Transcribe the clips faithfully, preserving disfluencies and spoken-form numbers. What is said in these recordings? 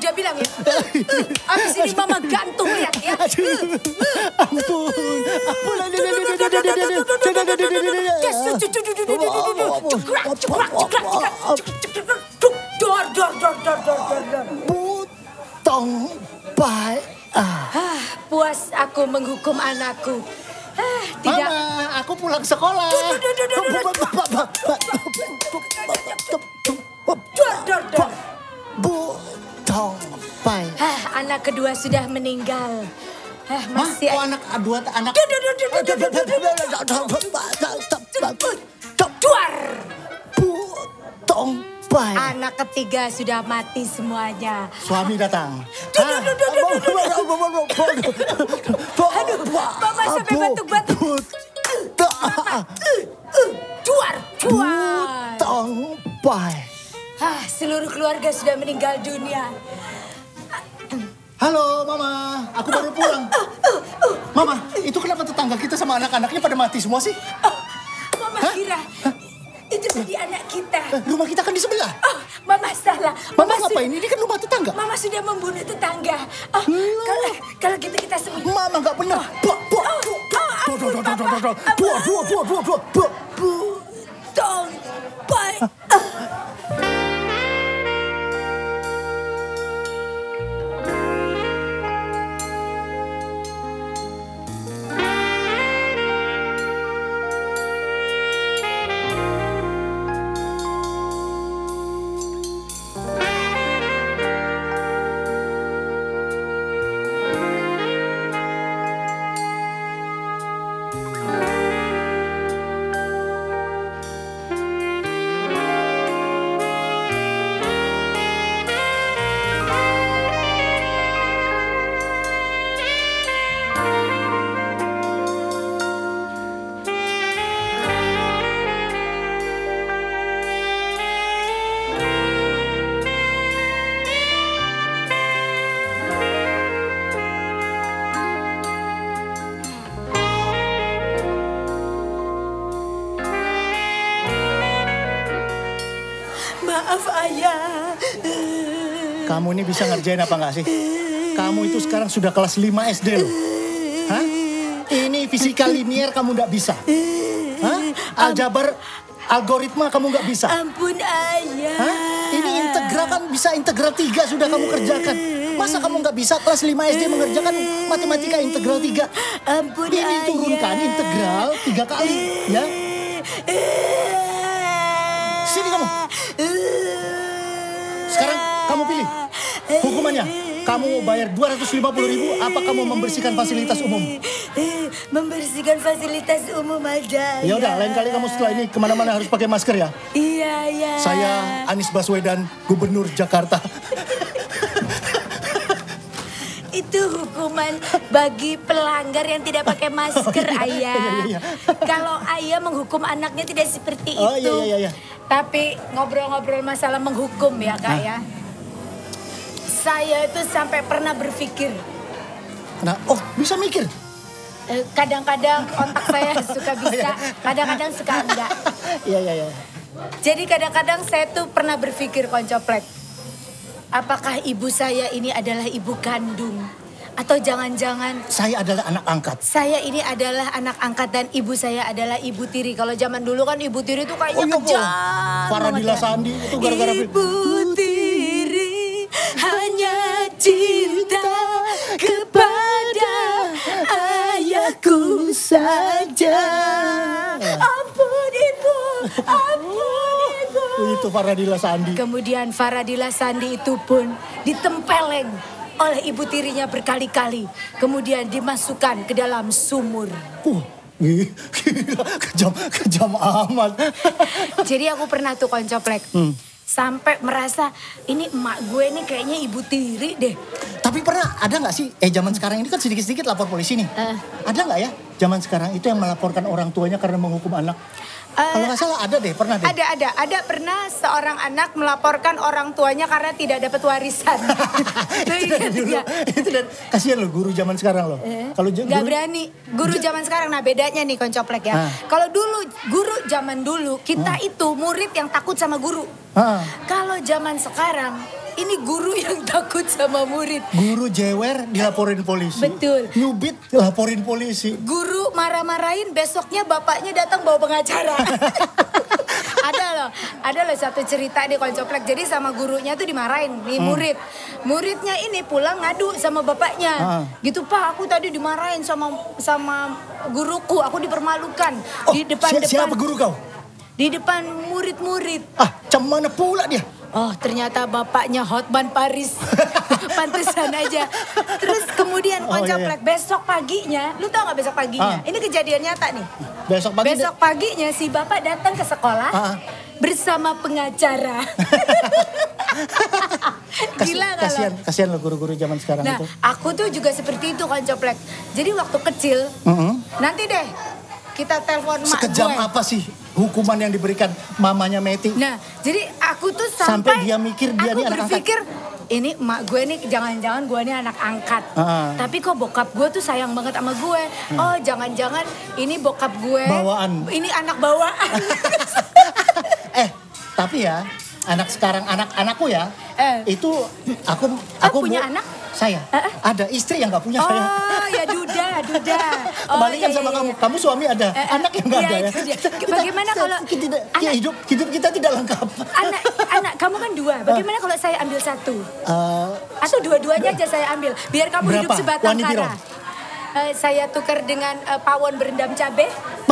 udah bilang ya. Abis ini mama gantung lihat ya. Ampun. Ampun. Dor, dor, dor, dor, dor, dor, dor. Butong pai. Ah, puas aku menghukum anakku. Ah, tidak. Mama, aku pulang sekolah. Dor, dor, dor. Butong pai. Ah, anak kedua sudah meninggal. Ah, Mah, masih kok anak dua anak. Duar. Butong pai. Anak ketiga sudah mati semuanya. Suami datang. Aduh, mama sampai batuk-batuk. Duar, duar. Butong pai. Ah, seluruh keluarga sudah meninggal dunia. Halo, Mama. Aku baru pulang. Mama, itu kenapa tetangga kita sama anak-anaknya pada mati semua sih? Mama kira itu tadi anak kita. Rumah kita kan di sebelah. Oh, Mama salah. Mama su- ngapain? Ini kan rumah tetangga. Mama sudah membunuh tetangga. Oh, kalau kalau gitu kita sembunyi. Mama nggak benar. Buah, buah, buah, buah, buah, buah, buah, buah, buah, buah, buah, buah. Tong, pai. Maaf ayah. Kamu ini bisa ngerjain apa nggak sih? Kamu itu sekarang sudah kelas lima S D loh. Hah? Ini fisika linier kamu nggak bisa. Hah? Aljabar, algoritma kamu nggak bisa. Ampun ayah. Hah? Ini integral kan bisa integral tiga sudah kamu kerjakan. Masa kamu nggak bisa kelas lima S D mengerjakan matematika integral tiga? Ampun Ini ayah. turunkan integral tiga kali, ya. Sini kamu. Sekarang kamu pilih hukumannya. Kamu mau bayar dua ratus lima puluh ribu, apa kamu membersihkan fasilitas umum? Membersihkan fasilitas umum aja. Ya udah, lain kali kamu setelah ini kemana-mana harus pakai masker ya. Iya, iya. Saya Anies Baswedan, Gubernur Jakarta. Itu hukuman bagi pelanggar yang tidak pakai masker, Oh, iya. ayah. Iya, iya, iya. Kalau ayah menghukum anaknya tidak seperti Oh, itu. iya, iya, iya. Tapi ngobrol-ngobrol masalah menghukum ya, Kak, ya. Saya itu sampai pernah berpikir. Nah, oh bisa mikir. eh, Kadang-kadang otak saya suka bisa, kadang-kadang suka enggak. Iya, iya, iya. Jadi kadang-kadang saya tuh pernah berpikir, Koncoplek, apakah ibu saya ini adalah ibu kandung? Atau jangan-jangan Saya adalah anak angkat. saya ini adalah anak angkat dan ibu saya adalah ibu tiri. Kalau zaman dulu kan ibu tiri itu kayaknya Oh, iya, kejam. Bu. Faradila banget ya. Sandi itu gara-gara Ibu tiri hanya cinta kepada ayahku saja. Ampun ibu, ampun ibu. itu Faradila Sandi. Kemudian Faradila Sandi itu pun ditempeleng oleh ibu tirinya berkali-kali. Kemudian dimasukkan ke dalam sumur. Uh, gila, kejam, kejam amat. Jadi aku pernah tuh Koncoplek. Hmm. Sampai merasa ini emak gue nih kayaknya ibu tiri deh. Tapi pernah ada nggak sih? Eh zaman sekarang ini kan sedikit-sedikit lapor polisi nih. Eh. Ada nggak ya? Zaman sekarang itu yang melaporkan orang tuanya karena menghukum anak. Eh, Kalau nggak salah ada deh, pernah deh. Ada, ada. Ada pernah seorang anak melaporkan orang tuanya karena tidak dapat warisan. Tuh itu dari ingat dulu. nggak? Itu dari kasihan loh guru zaman sekarang loh. Eh, Kalau j- nggak guru- berani. Guru zaman sekarang, nah bedanya nih Koncoplek ya. Ah. Kalau dulu, guru zaman dulu, kita itu murid yang takut sama guru. Ah. Kalau zaman sekarang, ini guru yang takut sama murid. Guru jewer dilaporin polisi. Betul. Nyubit dilaporin polisi. Guru marah-marahin, besoknya bapaknya datang bawa pengacara. Ada loh, ada loh satu cerita di Koncoplek. Jadi sama gurunya tuh dimarahin, nih Hmm. murid. Muridnya ini pulang ngadu sama bapaknya. Ah. Gitu, Pak, aku tadi dimarahin sama sama guruku, aku dipermalukan Oh, di si- depan-depan. siapa guru kau? Di depan murid-murid. Ah, cam mana pula dia? Oh, ternyata bapaknya Hotman Paris. Pantesan aja. Terus kemudian Oh, iya, Koncoplek besok paginya, lu tau gak besok paginya? Ah. Ini kejadian nyata nih. Besok pagi. Besok paginya si bapak datang ke sekolah Ah. bersama pengacara. Kas- Gila gak lo? kasihan, kasihan lo guru-guru zaman sekarang Nah, itu. aku tuh juga seperti itu Koncoplek. Jadi waktu kecil, Mm-mm. nanti deh kita telepon mak Sekejam gue. apa sih hukuman yang diberikan mamanya Meti? Nah, jadi aku tuh Sampai sampai, dia mikir dia aku nih anak berpikir, ini emak gue nih jangan-jangan gue nih anak angkat. Ah. Tapi kok bokap gue tuh sayang banget sama gue. Oh, jangan-jangan ini bokap gue. Bawaan. Ini anak bawaan. Eh, tapi ya anak sekarang anak-anakku ya, Eh. itu aku aku punya bu- anak? Saya Eh, eh. ada istri yang nggak punya saya. Oh, ya duda, duda. Oh, Kebalikan iya, sama iya, kamu, iya. kamu suami ada, Eh, eh, anak yang nggak iya, ada ya. itu dia. Bagaimana kalau kita, tidak, anak- hidup hidup kita tidak lengkap. Anak, anak kamu kan dua. Bagaimana kalau saya ambil satu? Eh, Atau dua-duanya aja saya ambil. Biar kamu hidup Berapa? sebatang Wani Piro? kara. Eh, saya tukar dengan eh, pawon berendam cabe.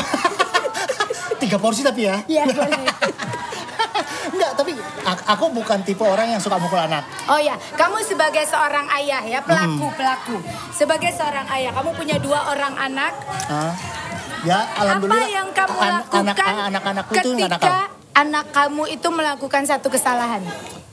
tiga porsi tapi ya. Iya, boleh. Enggak, tapi a- aku bukan tipe orang yang suka mukul anak. Oh ya, kamu sebagai seorang ayah ya, pelaku, Hmm. pelaku. Sebagai seorang ayah, kamu punya dua orang anak. Hah? Ya, alhamdulillah. Apa yang kamu an- lakukan anak anak-anakku itu nggak nakal. ketika anak kamu itu melakukan satu kesalahan?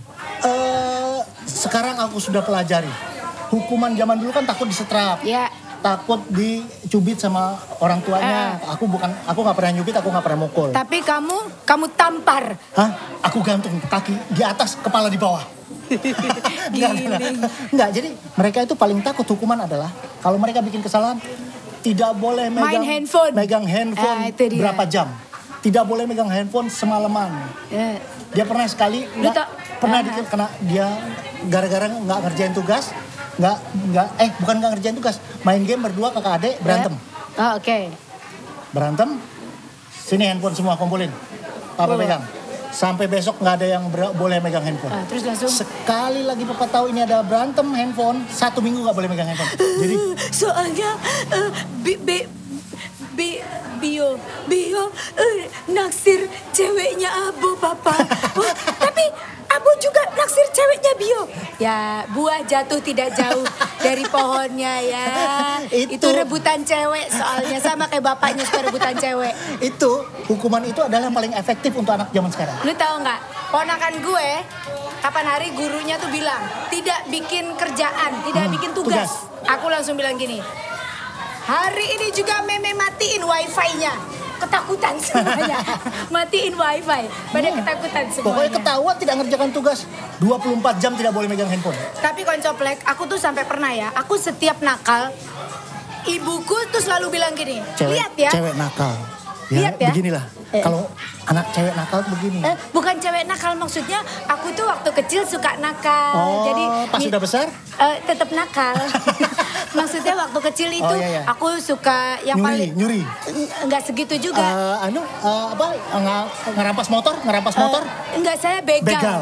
Eh, sekarang aku sudah pelajari. Hukuman zaman dulu kan takut disetrap. Ya. Takut dicubit sama orang tuanya. Aku bukan, aku nggak pernah nyubit, aku nggak pernah mukul. Tapi kamu, kamu tampar. Hah? Aku gantung kaki di atas, kepala di bawah. Enggak, enggak. Giling. Enggak, jadi mereka itu paling takut hukuman adalah kalau mereka bikin kesalahan tidak boleh megang handphone. megang handphone Ah, itu dia. berapa jam. Tidak boleh megang handphone semalaman. Ya. Dia pernah sekali Lu nggak- tak- pernah Ah. di- kena dia gara-gara nggak ngerjain tugas, nggak nggak eh bukan nggak ngerjain tugas, main game berdua kakak adik berantem. Oh, oke. Berantem, sini handphone semua kumpulin. Papa Bawa. pegang. Sampai besok nggak ada yang ber- boleh megang handphone. Ah, terus langsung. Sekali lagi papa tahu ini ada berantem handphone, satu minggu nggak boleh megang handphone. Jadi Soalnya eh, bi, bi, bi, bio, bio eh, naksir ceweknya Abo, Papa. Oh, tapi Abo juga naksir ceweknya Bio. Ya, buah jatuh tidak jauh dari pohonnya ya. Itu- Itu, rebutan cewek soalnya sama kayak bapaknya suka rebutan cewek. itu hukuman itu adalah yang paling efektif untuk anak zaman sekarang. Lu tahu nggak? Ponakan gue, kapan hari gurunya tuh bilang tidak bikin kerjaan, tidak Hmm, bikin tugas. tugas. Aku langsung bilang gini, hari ini juga meme matiin wifi-nya. Ketakutan semuanya. Matiin wifi. Pada ketakutan semuanya. Pokoknya ketahuan tidak ngerjakan tugas, dua puluh empat jam tidak boleh megang handphone. Tapi Koncoplek, aku tuh sampai pernah ya, aku setiap nakal, ibuku tuh selalu bilang gini, lihat ya. Cewek nakal. Ya, Lihat ya. beginilah. Eh. Kalau anak cewek nakal tuh begini. Eh, bukan cewek nakal, maksudnya aku tuh waktu kecil suka nakal. Oh, Jadi pas mi- sudah besar? Eh, tetap nakal. Maksudnya waktu kecil itu Oh, iya, iya. aku suka yang Nyuri, paling nyuri. enggak segitu juga. Eh, anu eh, apa nga- ngerampas motor, ngerampas Eh, motor. enggak, saya begal. Begal.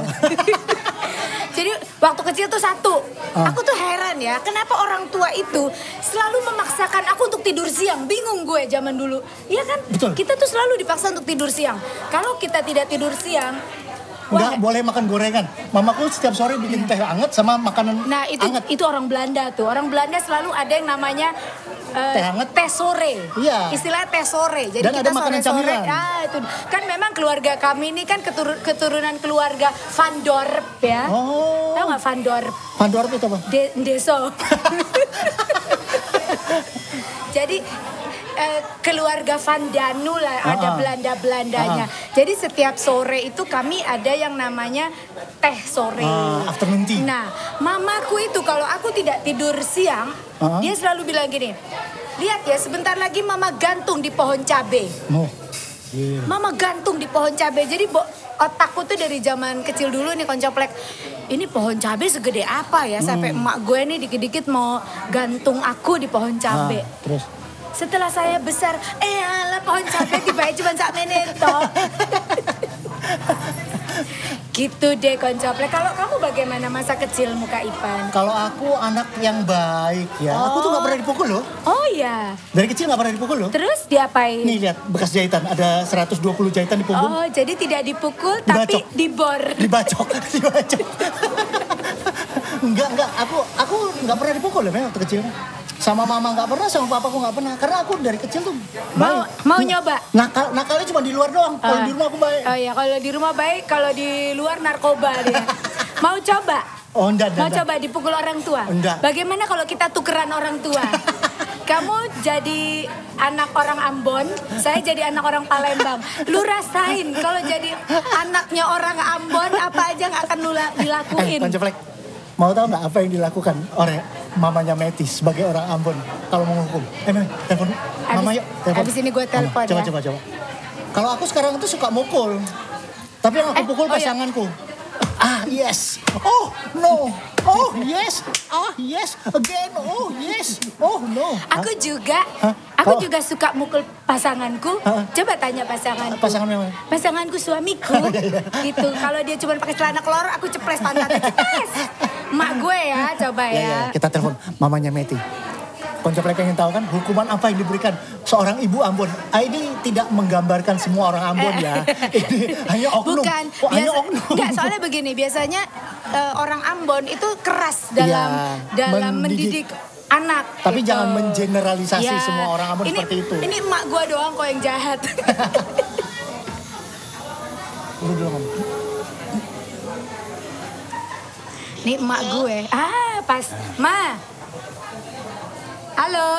Jadi waktu kecil tuh satu, Ah. aku tuh heran ya, kenapa orang tua itu selalu memaksakan aku untuk tidur siang. Bingung gue zaman dulu. Iya kan? Betul. Kita tuh selalu dipaksa untuk tidur siang. Kalau kita tidak tidur siang, Nggak boleh makan gorengan. Mamaku setiap sore bikin teh anget sama makanan nah itu anget. itu orang Belanda tuh. Orang Belanda selalu ada yang namanya eh, Teh hangat? teh sore. Iya. Istilahnya teh sore. Jadi Dan kita ada makanan sore-sore, camilan. ah itu kan memang keluarga kami ini kan ketur- keturunan keluarga Van Dorp ya. Oh. Tahu nggak Van Dorp? Van Dorp itu apa? De Deso. Jadi eh, keluarga Van Danu lah, ada Ah, ah. Belanda-Belandanya. Ah, Jadi setiap sore itu kami ada yang namanya teh sore. Ah, afternoon tea. Nah, mamaku itu kalau aku tidak tidur siang, Ah. dia selalu bilang gini, lihat ya sebentar lagi mama gantung di pohon cabe. Oh. Iya. Mama gantung di pohon cabai. Jadi bo- otakku tuh dari zaman kecil dulu nih koncoplek. Ini pohon cabai segede apa ya? Sampai Hmm. emak gue nih dikit-dikit mau gantung aku di pohon cabai. Ah, terus Setelah saya besar, eh alah pohon cabai tiba cuma sak menito. Gitu deh koncoplek. Kalau kamu bagaimana masa kecilmu Kak Ipan? kalau aku anak yang baik ya, aku tuh Oh. nggak pernah dipukul loh. Oh iya. Dari kecil nggak pernah dipukul loh. Terus diapain? Nih lihat bekas jahitan, ada seratus dua puluh jahitan di punggung. Oh, jadi tidak dipukul tapi Dibacok. dibor. Dibacok, dibacok. enggak, enggak, aku aku nggak pernah dipukul loh Mel, waktu kecil. Sama mama nggak pernah, sama papaku nggak pernah. Karena aku dari kecil tuh Mau baik. mau nyoba? Nakal, nakalnya cuma di luar doang. Kalau Ah. di rumah aku baik. Oh iya, kalau di rumah baik, kalau di luar narkoba dia. Mau coba? Oh enggak, enggak, Mau enggak. coba dipukul orang tua? Enggak. Bagaimana kalau kita tukeran orang tua? Kamu jadi anak orang Ambon, saya jadi anak orang Palembang. Lu rasain kalau jadi anaknya orang Ambon apa aja nggak akan lu la- Eh, dilakuin. Pancaflek, mau tahu nggak apa yang dilakukan oleh mamanya Meti sebagai orang Ambon kalau mau menghukum? Eh, Mel, telepon. Mama Abis- yuk, telepon. abis ini gue Mama, telepon coba, ya. Coba, coba, Kalau aku sekarang tuh suka mukul. Tapi yang aku Eh, pukul oh iya. pasanganku. Ah, yes. Oh, no. Oh, yes. Ah, yes. Again. Oh, yes. Oh, no. Aku juga, Hah? aku Oh. juga suka mukul pasanganku. Hah? Coba tanya pasanganku. Pasangan yang mana? Pasanganku suamiku, gitu. Kalau dia cuma pakai celana kelor, aku ceples pantatnya. Ceples. Mak gue ya, coba Ya, ya, ya. kita telepon mamanya Meti. Koncoplek ingin tahu kan hukuman apa yang diberikan seorang ibu Ambon. Ah, ini tidak menggambarkan semua orang Ambon ya. Ini hanya oknum. Bukan, Oh, hanya biasa, oknum. enggak, soalnya begini, biasanya eh, orang Ambon itu keras dalam Iya, dalam mendidik. mendidik, anak. Tapi gitu. jangan mengeneralisasi Ya, semua orang Ambon ini, seperti itu. Ini emak gue doang kok yang jahat. Udah dulu ngomong. Ini emak gue. Ah, pas. Ma. Halo,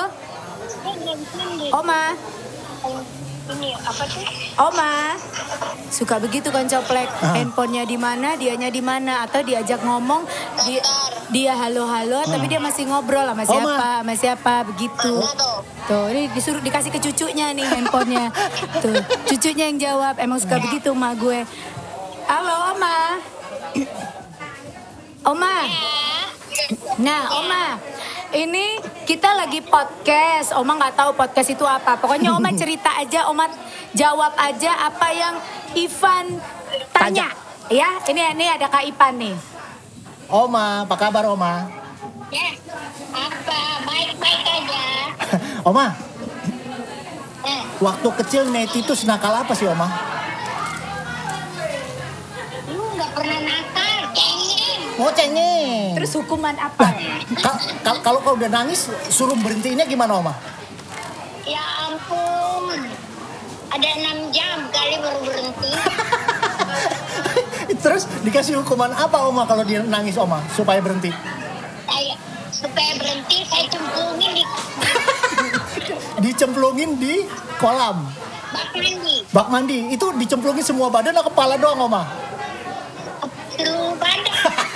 Oma. Ini apa tuh? Oma. Suka begitu kan coplek. Ah. Handphonenya di mana, dianya di mana, atau diajak ngomong, dia, dia halo-halo, tapi dia masih ngobrol sama siapa, Oma. sama siapa, begitu. Tuh, ini disuruh dikasih ke cucunya nih handphonenya. Tuh, cucunya yang jawab. Emang suka begitu emak gue. Halo, Oma. Oma. Nah, Oma. Ini kita lagi podcast. Oma nggak tahu podcast itu apa. Pokoknya Oma cerita aja, Oma jawab aja apa yang Ivan tanya. Ya, ini ini ada Kak Ipan nih. Oma, apa kabar Oma? Ya, apa? Baik-baik aja. Oma, Eh, waktu kecil Meti itu senakal apa sih Oma? lu nggak pernah nakal, cengeng. Oh cengeng. Terus hukuman apa? Ka- ka- Kalau kau udah nangis, suruh berhentiinnya gimana Oma? Ya ampun. Ada enam jam kali baru berhenti. Terus dikasih hukuman apa Oma kalau dia nangis Oma supaya berhenti? Saya supaya berhenti saya cemplungin di Dicemplungin di kolam bak mandi. bak mandi. Itu dicemplungin semua badan atau kepala doang Oma? Seluruh badan.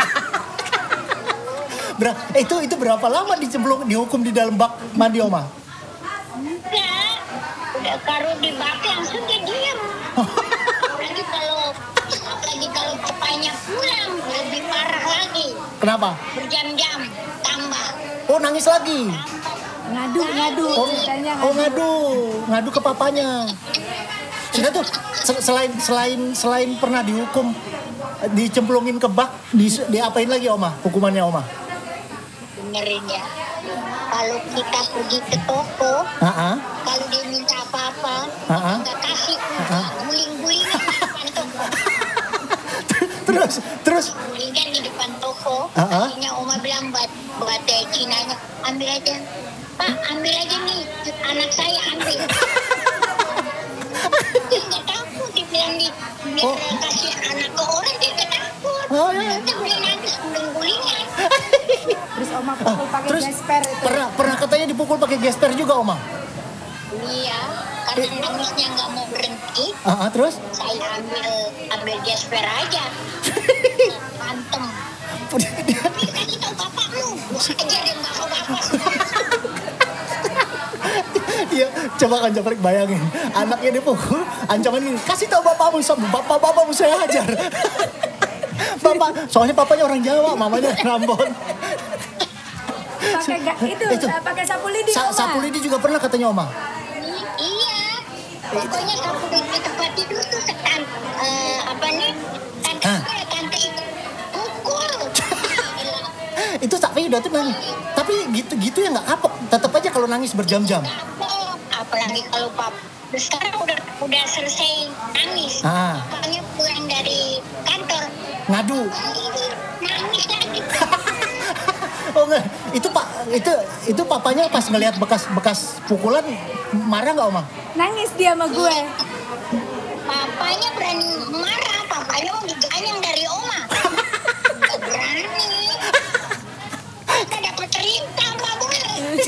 Ber- eh, itu itu berapa lama dicemplung dihukum di dalam bak mandi Oma? Enggak. Udah taruh di bak langsung dia diam. Apalagi kalau apalagi kalau bapaknya pulang lebih parah lagi. Kenapa? Berjam-jam tambah. Oh nangis lagi. Ngadu, ngadu. Oh, Ceritanya oh ngadu, ngadu ke papanya. Sudah tuh se- selain selain selain pernah dihukum dicemplungin ke bak, di, diapain lagi Oma? Hukumannya Oma? Dengerin ya. Kalau kita pergi ke toko, Ah, kalau dia minta apa-apa, Ah-ah. nggak kasih, Ah-ah. guling-guling di depan toko. terus terus Gulingan di depan toko. Ah-ah. Akhirnya Oma bilang buat buat eh, Cinanya, ambil aja. Pak, ambil aja nih, anak saya ambil. Dia nggak takut, dia bilang di biar Oh. kasih anak ke orang dia nggak takut. Oh, iya. Nanti dia nangis guling-gulingan. Terus Oma pukul pakai terus gesper itu. pernah pernah katanya dipukul pakai gesper juga Oma. Iya, karena nangisnya nggak mau berhenti. Ah, ah, terus Saya ambil ambil gesper aja. Pantem. Tapi kasih tahu bapakmu. Wah, aja dia nggak tahu bapak. Iya, coba kan Japrik bayangin. Anaknya dipukul, ancaman ini, kasih tahu bapakmu, bapak-bapakmu saya hajar. Bapak, soalnya papanya orang Jawa, mamanya Rambon. Pakai gak itu, Itu. uh, pakai sapu lidi. Sa Oma. sapu lidi juga pernah katanya Oma. I- iya. Pokoknya sapu di tempat tidur tuh setan eh, apa nih? Tante Hah? itu, tante itu pukul. Itu tapi udah tuh nangis. Tapi gitu-gitu ya nggak kapok. Tetap aja kalau nangis berjam-jam. Kapok. Apalagi kalau pap. Sekarang udah udah selesai nangis. Ah. Papanya pulang dari kantor. Ngadu. Nangis lagi. Oh enggak, itu pak, itu itu papanya pas ngelihat bekas-bekas pukulan marah nggak Oma? Nangis dia sama gue. Papanya berani marah. Papanya mau diganyang dari oma. Gak berani. Kita dapat cerita Pak Bule.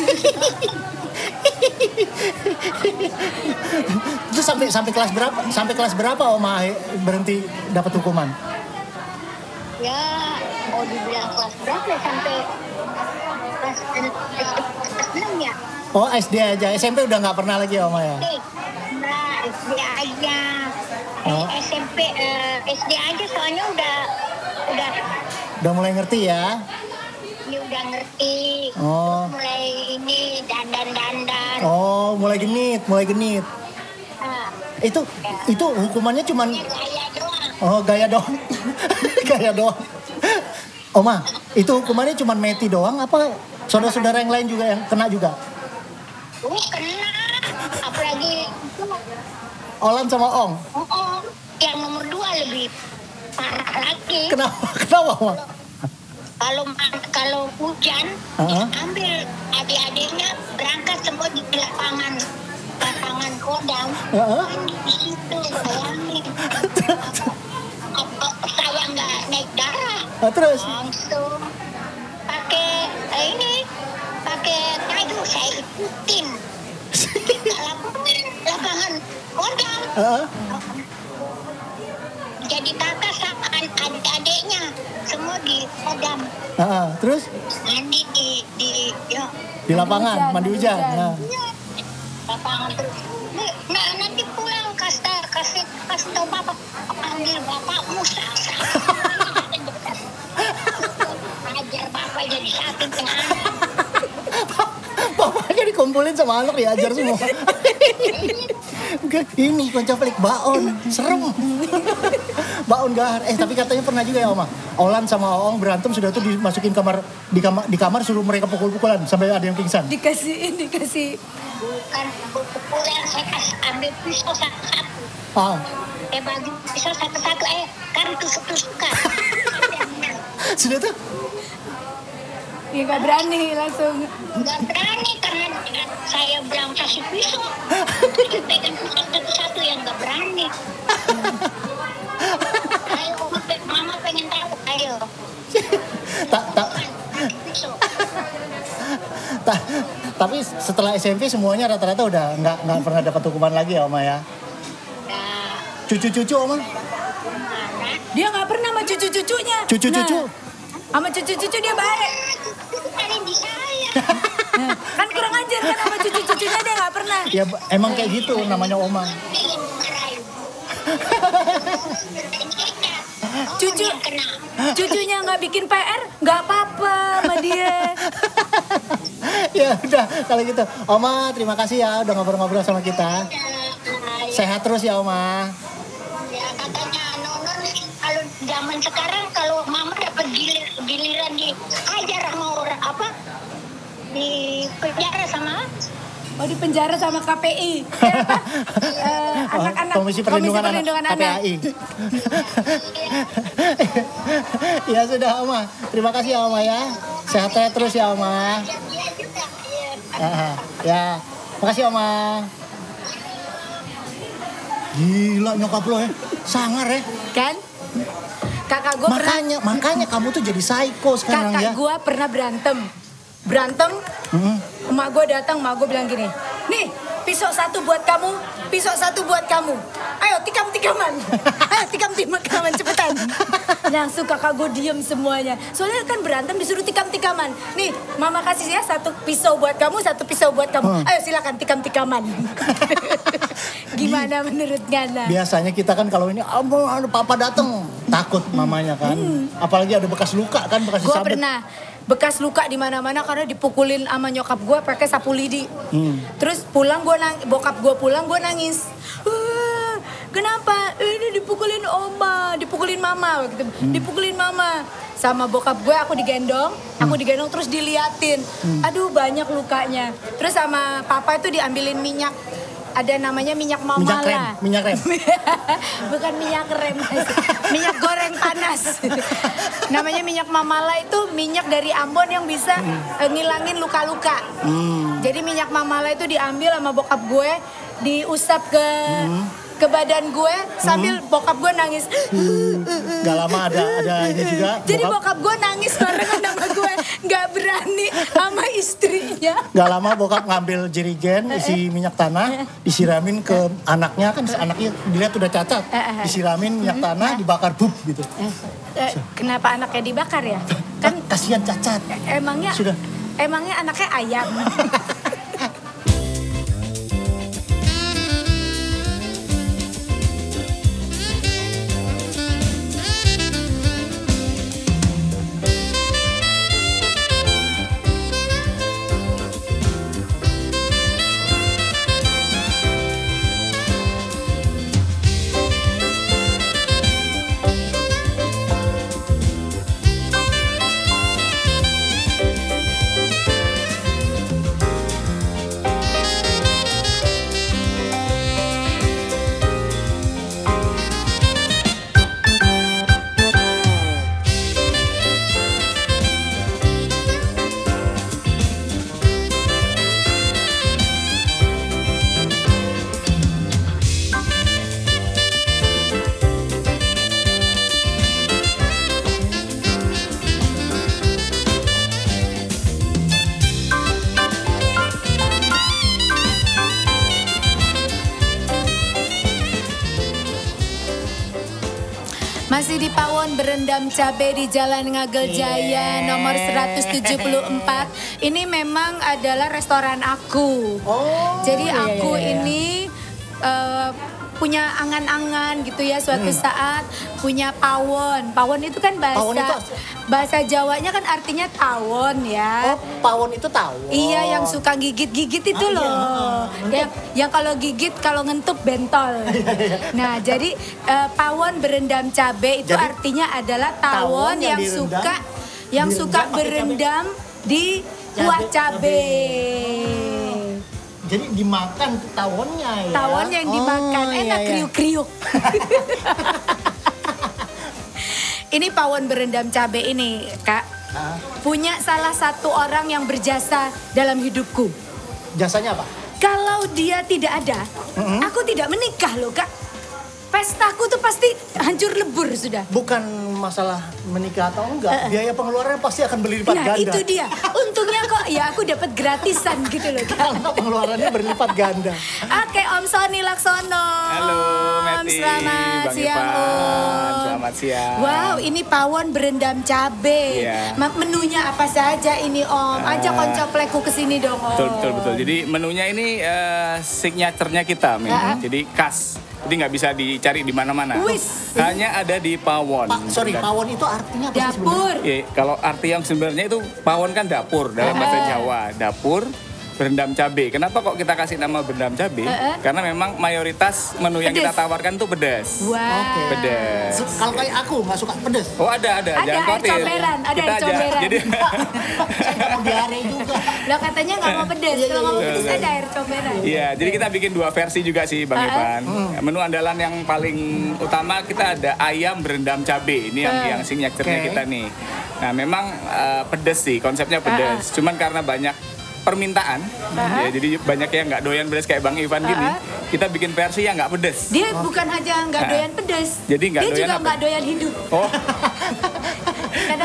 Itu sampai sampai kelas berapa? Sampai kelas berapa Oma berhenti dapat hukuman? Ya, mau dibilang kelas berapa ya? Sampai kelas kelas enam ya. Oh S D aja, S M P udah nggak pernah lagi ya Oma ya? Eh, Nah, S D aja. Oh. Eh, S M P, eh, S D aja soalnya udah udah Udah mulai ngerti ya? ini udah ngerti. Oh. Mulai ini dandan-dandan. Oh mulai genit, mulai genit. Nah, Itu itu hukumannya cuman gaya doang. oh gaya doang, gaya doang. Oma, itu hukumannya cuman Meti doang apa saudara-saudara yang lain juga yang kena juga? Oh, kena. Apalagi itu, Olan sama Ong. oh, oh, yang nomor dua lebih parah lagi. Kenapa? Kenapa Oma? Kalau kalau hujan, Uh-huh. ambil adik-adiknya berangkat semua di lapangan lapangan kodam. Uh-huh. Mandi di situ, bayangin. Apa saya nggak naik darah? Nah, terus? Langsung pakai eh, ini, pakai kayu saya ikutin. Kita lapangan, lapangan kodam. Heeh. Jadi kakak sama adik-adiknya semua di kodam. Heeh. Terus Mandi di di ya di lapangan hujan, mandi mandi hujan. hujan. Nah. ya, lapangan terus. Nah nanti pulang kasih kasih kasih tahu bapak, panggil bapakmu sasa. Ajar bapak jadi satu tengah. Bapaknya dikumpulin sama anak diajar semua. Enggak, ini koncoplek baon, serem. Baon gahar. Eh tapi katanya pernah juga ya Oma. Olan sama Oong berantem sudah tuh dimasukin kamar di kamar di kamar suruh mereka pukul-pukulan sampai ada yang pingsan. Dikasih ini, dikasih. Bukan pukulan, saya kasih ambil pisau satu-satu. Ah, Saya bagi pisau satu-satu. Eh kan tusuk-tusukan. sudah tuh. Ya gak berani langsung. Nggak berani karena saya bilang kasih pisau. Saya pegang pisau satu-satu yang nggak berani. Ayo, mama pengen tahu. Ayo. Tak tak Pisau. ta, tapi setelah S M P semuanya rata-rata udah nggak nggak pernah dapat hukuman lagi ya Oma ya. Nah, Cucu-cucu Oma. mana? Dia gak pernah sama cucu-cucunya. Cucu-cucu. Nah, sama cucu-cucu dia baik. Ada di saya. Nah, kan kurang ajar kan sama cucu-cucunya dia gak pernah. Ya emang kayak gitu namanya Oma. Pengen marahin. Cucu, Dia kena. cucunya gak bikin P R, gak apa-apa sama dia. Ya udah kalau gitu. Oma terima kasih ya udah ngobrol-ngobrol sama kita. Nah, Sehat terus ya Oma. ya katanya Nonon kalau zaman sekarang kalau mama dapat gilir, giliran di ajar sama orang apa di penjara sama Oh di penjara sama K P I. Eh, apa? Eh, anak-anak Komisi Perlindungan, Perlindungan Anak, K P A I. Ya sudah Oma. Terima kasih ya Oma ya. Sehat-sehat terus ya Oma. dia juga ya. Ah, ya. Makasih Oma. Gila nyokap lo ya. Sangar ya. Kan? Kakak gue pernah, Makanya makanya kamu tuh jadi psycho sekarang ya. kakak gue pernah berantem. Berantem, Hmm. emak gue datang, emak gue bilang gini, nih pisau satu buat kamu, pisau satu buat kamu. Ayo tikam-tikaman. Ayo tikam-tikaman cepetan. Langsung kakak gue diem semuanya. Soalnya kan berantem disuruh tikam-tikaman. Nih, mama kasih ya satu pisau buat kamu, satu pisau buat kamu. Ayo silakan tikam-tikaman. Gimana menurut Ngana? Biasanya kita kan kalau ini, oh, ada papa datang, takut mamanya kan. Hmm. Apalagi ada bekas luka kan, bekas Gue disabet. pernah bekas luka di mana-mana karena dipukulin sama nyokap gue pakai sapu lidi. Hmm. Terus pulang gue nang, bokap gue pulang gue nangis. Wah, kenapa? Ini dipukulin oma, dipukulin mama, gitu. Hmm. Dipukulin mama. Sama bokap gue aku digendong, hmm. aku digendong terus diliatin. Hmm. Aduh banyak lukanya. Terus sama papa itu diambilin minyak. Ada namanya minyak mamala. Minyak rem, minyak rem. Bukan minyak rem, minyak goreng panas. Namanya minyak mamala itu minyak dari Ambon yang bisa hmm. ngilangin luka-luka. Hmm. Jadi minyak mamala itu diambil sama bokap gue, diusap ke hmm. ke badan gue sambil hmm. bokap gue nangis. Hmm. Gak lama ada ada ini juga. Jadi bokap, bokap gue nangis barengan sama gue, nggak berani sama istrinya. Gak lama bokap ngambil jerigen isi minyak tanah, disiramin ke anaknya kan anaknya dilihat udah cacat, disiramin minyak tanah, dibakar bub gitu. Kenapa anaknya dibakar ya? Kan kasihan cacat. Emangnya sudah. Emangnya anaknya ayam. Masih di Pawon berendam cabai di Jalan Ngagel Jaya yeah. nomor seratus tujuh puluh empat. Ini memang adalah restoran aku. Oh, Jadi iya, aku iya, iya. ini uh, punya angan-angan gitu ya suatu hmm. saat punya pawon. Pawon itu kan bahasa pawon itu... bahasa Jawanya kan artinya tawon ya. Oh, pawon itu tawon. Iya, yang suka gigit-gigit itu ah, loh. Iya. Yang yang kalau gigit kalau ngentup bentol. Nah, jadi uh, pawon berendam cabai itu jadi, artinya adalah tawon, tawon yang, yang suka yang suka berendam cabai. Di kuah cabai. Jadi dimakan tawonnya ya? Tawon yang dimakan, oh, enak iya, iya. kriuk-kriuk. Ini pawon berendam cabai ini, Kak. Hah? Punya salah satu orang yang berjasa dalam hidupku. Jasanya apa? Kalau dia tidak ada, mm-hmm. aku tidak menikah loh, Kak. Pestaku tuh pasti hancur lebur sudah. Bukan masalah menikah atau enggak, uh, biaya pengeluarannya pasti akan berlipat nah, ganda. Nah itu dia, untungnya kok ya aku dapat gratisan gitu loh. Karena pengeluarannya berlipat ganda. Oke, Om Sony Laksono. Halo, Meti. Selamat Bang siang, Ivan. Om. Selamat siang. Wow, ini pawon berendam cabai. Yeah. Menunya apa saja ini, Om? Uh, Ajak koncoplekku ke sini dong, Om. Betul, betul, betul. Jadi menunya ini uh, signaturenya kita, Min. Uh-huh. Jadi khas. Jadi nggak bisa dicari di mana-mana. Hanya ada di Pawon. Pa, sorry, Dan, Pawon itu artinya apa? Dapur. Ya, kalau arti yang sebenarnya itu Pawon kan dapur dalam bahasa Jawa. Dapur berendam cabai. Kenapa kok kita kasih nama berendam cabai? Uh-uh. Karena memang mayoritas menu yang pedes. Kita tawarkan tuh pedas. Wow. Okay. Pedas. Kalau kayak aku nggak suka pedas. Oh ada ada. Ada Jangan air khawatir. comberan. Ada kita air comberan. Jadi saya nggak mau diare juga. Lo katanya nggak mau pedas. Kalau nggak mau pedas ada air comberan. Iya. Jadi kita bikin dua versi juga sih, Bang uh-uh. Ivan. Hmm. Menu andalan yang paling utama kita ada ayam berendam cabai. Ini yang uh. yang signaturenya okay. kita nih. Nah memang uh, pedas sih. Konsepnya pedas. Uh-uh. Cuman karena banyak permintaan, uh-huh. ya, jadi banyak yang nggak doyan pedas kayak Bang Ivan uh-huh. gini, kita bikin versi yang nggak pedas. Dia oh. bukan aja nggak doyan pedas, jadi nggak dia doyan juga apa? nggak doyan hidup. Oh. Kadang-kadang dia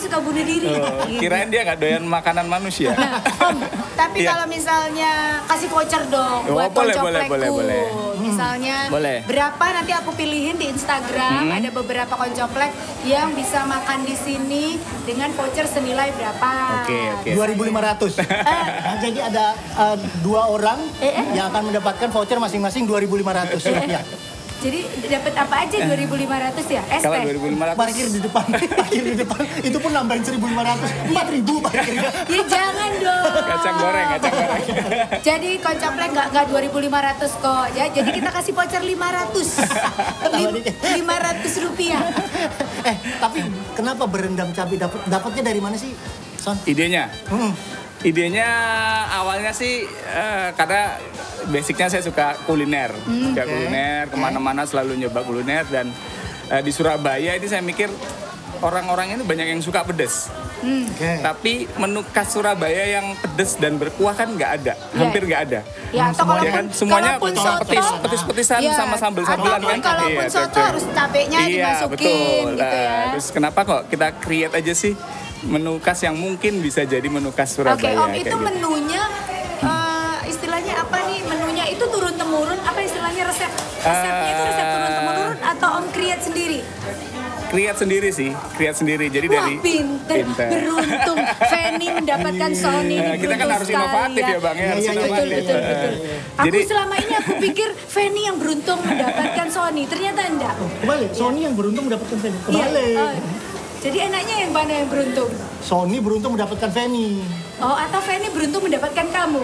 suka bunuh diri. Oh, Gitu. kirain dia nggak doyan makanan manusia. Nah, Om, tapi Iya. kalau misalnya kasih voucher dong Oh, buat boleh, boleh, koncoplekku. boleh, boleh. Misalnya Boleh. berapa nanti aku pilihin di Instagram, ada beberapa koncoplek yang bisa makan di sini dengan voucher senilai berapa. Oke, oke. dua ribu lima ratus. Nah, jadi ada uh, dua orang Eh, eh. yang akan mendapatkan voucher masing-masing dua ribu lima ratus rupiah. Jadi dapat apa aja dua ribu lima ratus ya? Es Kalau teh. dua ribu lima ratus Parkir di depan, parkir di depan. Itu pun nambahin seribu lima ratus, empat ribu parkirnya. Ya jangan dong. kacang goreng, kacang goreng. Jadi koncoplek nggak nggak dua ribu lima ratus kok ya. Jadi kita kasih voucher lima ratus. lima ratus rupiah. Eh, tapi kenapa berendam cabai dapat dapatnya dari mana sih, Son? Idenya, Hmm. idenya awalnya sih eh, karena basicnya saya suka kuliner, suka oke. kuliner, kemana-mana selalu nyoba kuliner dan eh, di Surabaya ini saya mikir orang-orang ini banyak yang suka pedas. Oke. Tapi menu khas Surabaya yang pedas dan berkuah kan nggak ada, hampir nggak ada. Ya, atau Ya kan kalaupun, semuanya kalaupun cuma soto, petis, petis-petisan ya, sama sambel-sambelan ataupun kan. kalaupun Iya, soto cocok. harus cabenya Iya, dimasukin betul. gitu ya. Nah, terus kenapa kok kita create aja sih menu khas yang mungkin bisa jadi menu khas Surabaya? Oke, Om, kayak itu gitu. menunya eh, istilahnya apa nih? Menunya itu turun temurun apa istilahnya resep? Resepnya itu resep turun temurun atau Om create sendiri? Create sendiri sih, create sendiri. Jadi Wah, dari pinter, beruntung. Fanny mendapatkan Sony Nah, ini. kita kan beruntung harus sekali inovatif ya, Bang, ya, Iya, harus iya, iya, Betul, inovatif. betul, betul. Aku Jadi- selama ini aku pikir Fanny yang beruntung mendapatkan Sony, ternyata enggak. Kebalik, Sony yang beruntung mendapatkan Fanny. Iya, Kebalik. oh. Jadi enaknya yang mana yang beruntung? Sony beruntung mendapatkan Fanny. Oh, atau Fanny beruntung mendapatkan kamu?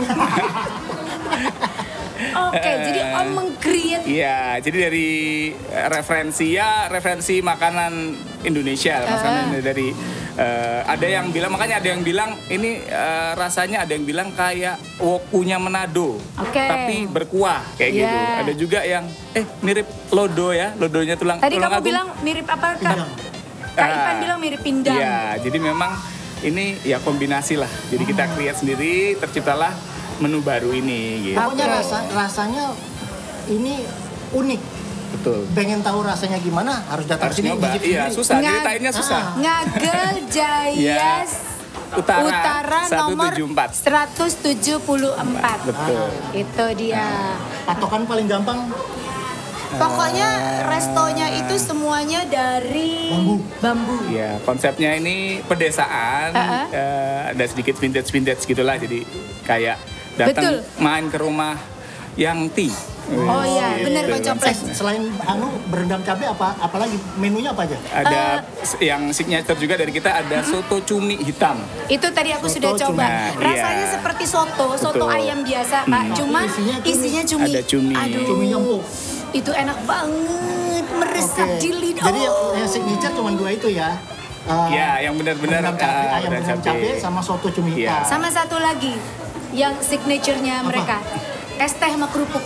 Oke, jadi Om meng-create. Iya, jadi dari eh, referensi ya referensi makanan Indonesia, makanan dari eh, ada yang bilang makanya ada yang bilang ini eh, rasanya ada yang bilang kayak wokunya Manado, Oke. tapi berkuah kayak Iya. gitu. Ada juga yang eh mirip lodo ya, lodonya tulang. Tadi tulang kamu agung. bilang mirip apa, Kak? Pindang. Kak Ah, Ipan bilang mirip pindang. Iya, jadi memang ini ya kombinasi lah. Jadi kita create sendiri, terciptalah menu baru ini gitu. Pokoknya rasa rasanya ini unik. Betul. Pengen tahu rasanya gimana harus datang Harus sini nyoba. nyicip Iya, sendiri. susah, Nggak- ceritainnya susah. Ngagel Jaya Iya. Utara, Utara nomor seratus tujuh puluh empat. seratus tujuh puluh empat. Betul. Itu dia. Patokan paling gampang Pokoknya restonya itu semuanya dari Bambu. bambu. Iya, konsepnya ini pedesaan, Uh-uh. eh, ada sedikit vintage-vintage gitulah. Jadi kayak Betul. datang main ke rumah yang tea. Oh iya, Gitu, benar koncoplek. konsepnya. selain anu berendam cabai apa apalagi menunya apa aja? Ada Eh. yang signature juga dari kita ada soto cumi hitam. Itu tadi aku Soto sudah cumi. coba. Nah, Rasanya iya. seperti soto, soto Betul. ayam biasa, Pak. Cuma isinya cumi. isinya cumi. Ada cumi. Aduh. Cumi nyempuk. Itu enak banget, meresap Oke. di lidah. Jadi yang, Oh. yang signature cuma dua itu ya. Eh, Ya, yang benar-benar berendam cabai, ah, ayam berendam berendam cabai cabai. sama soto cumi Iya. hitam. Sama satu lagi yang signaturenya mereka, es teh sama kerupuk.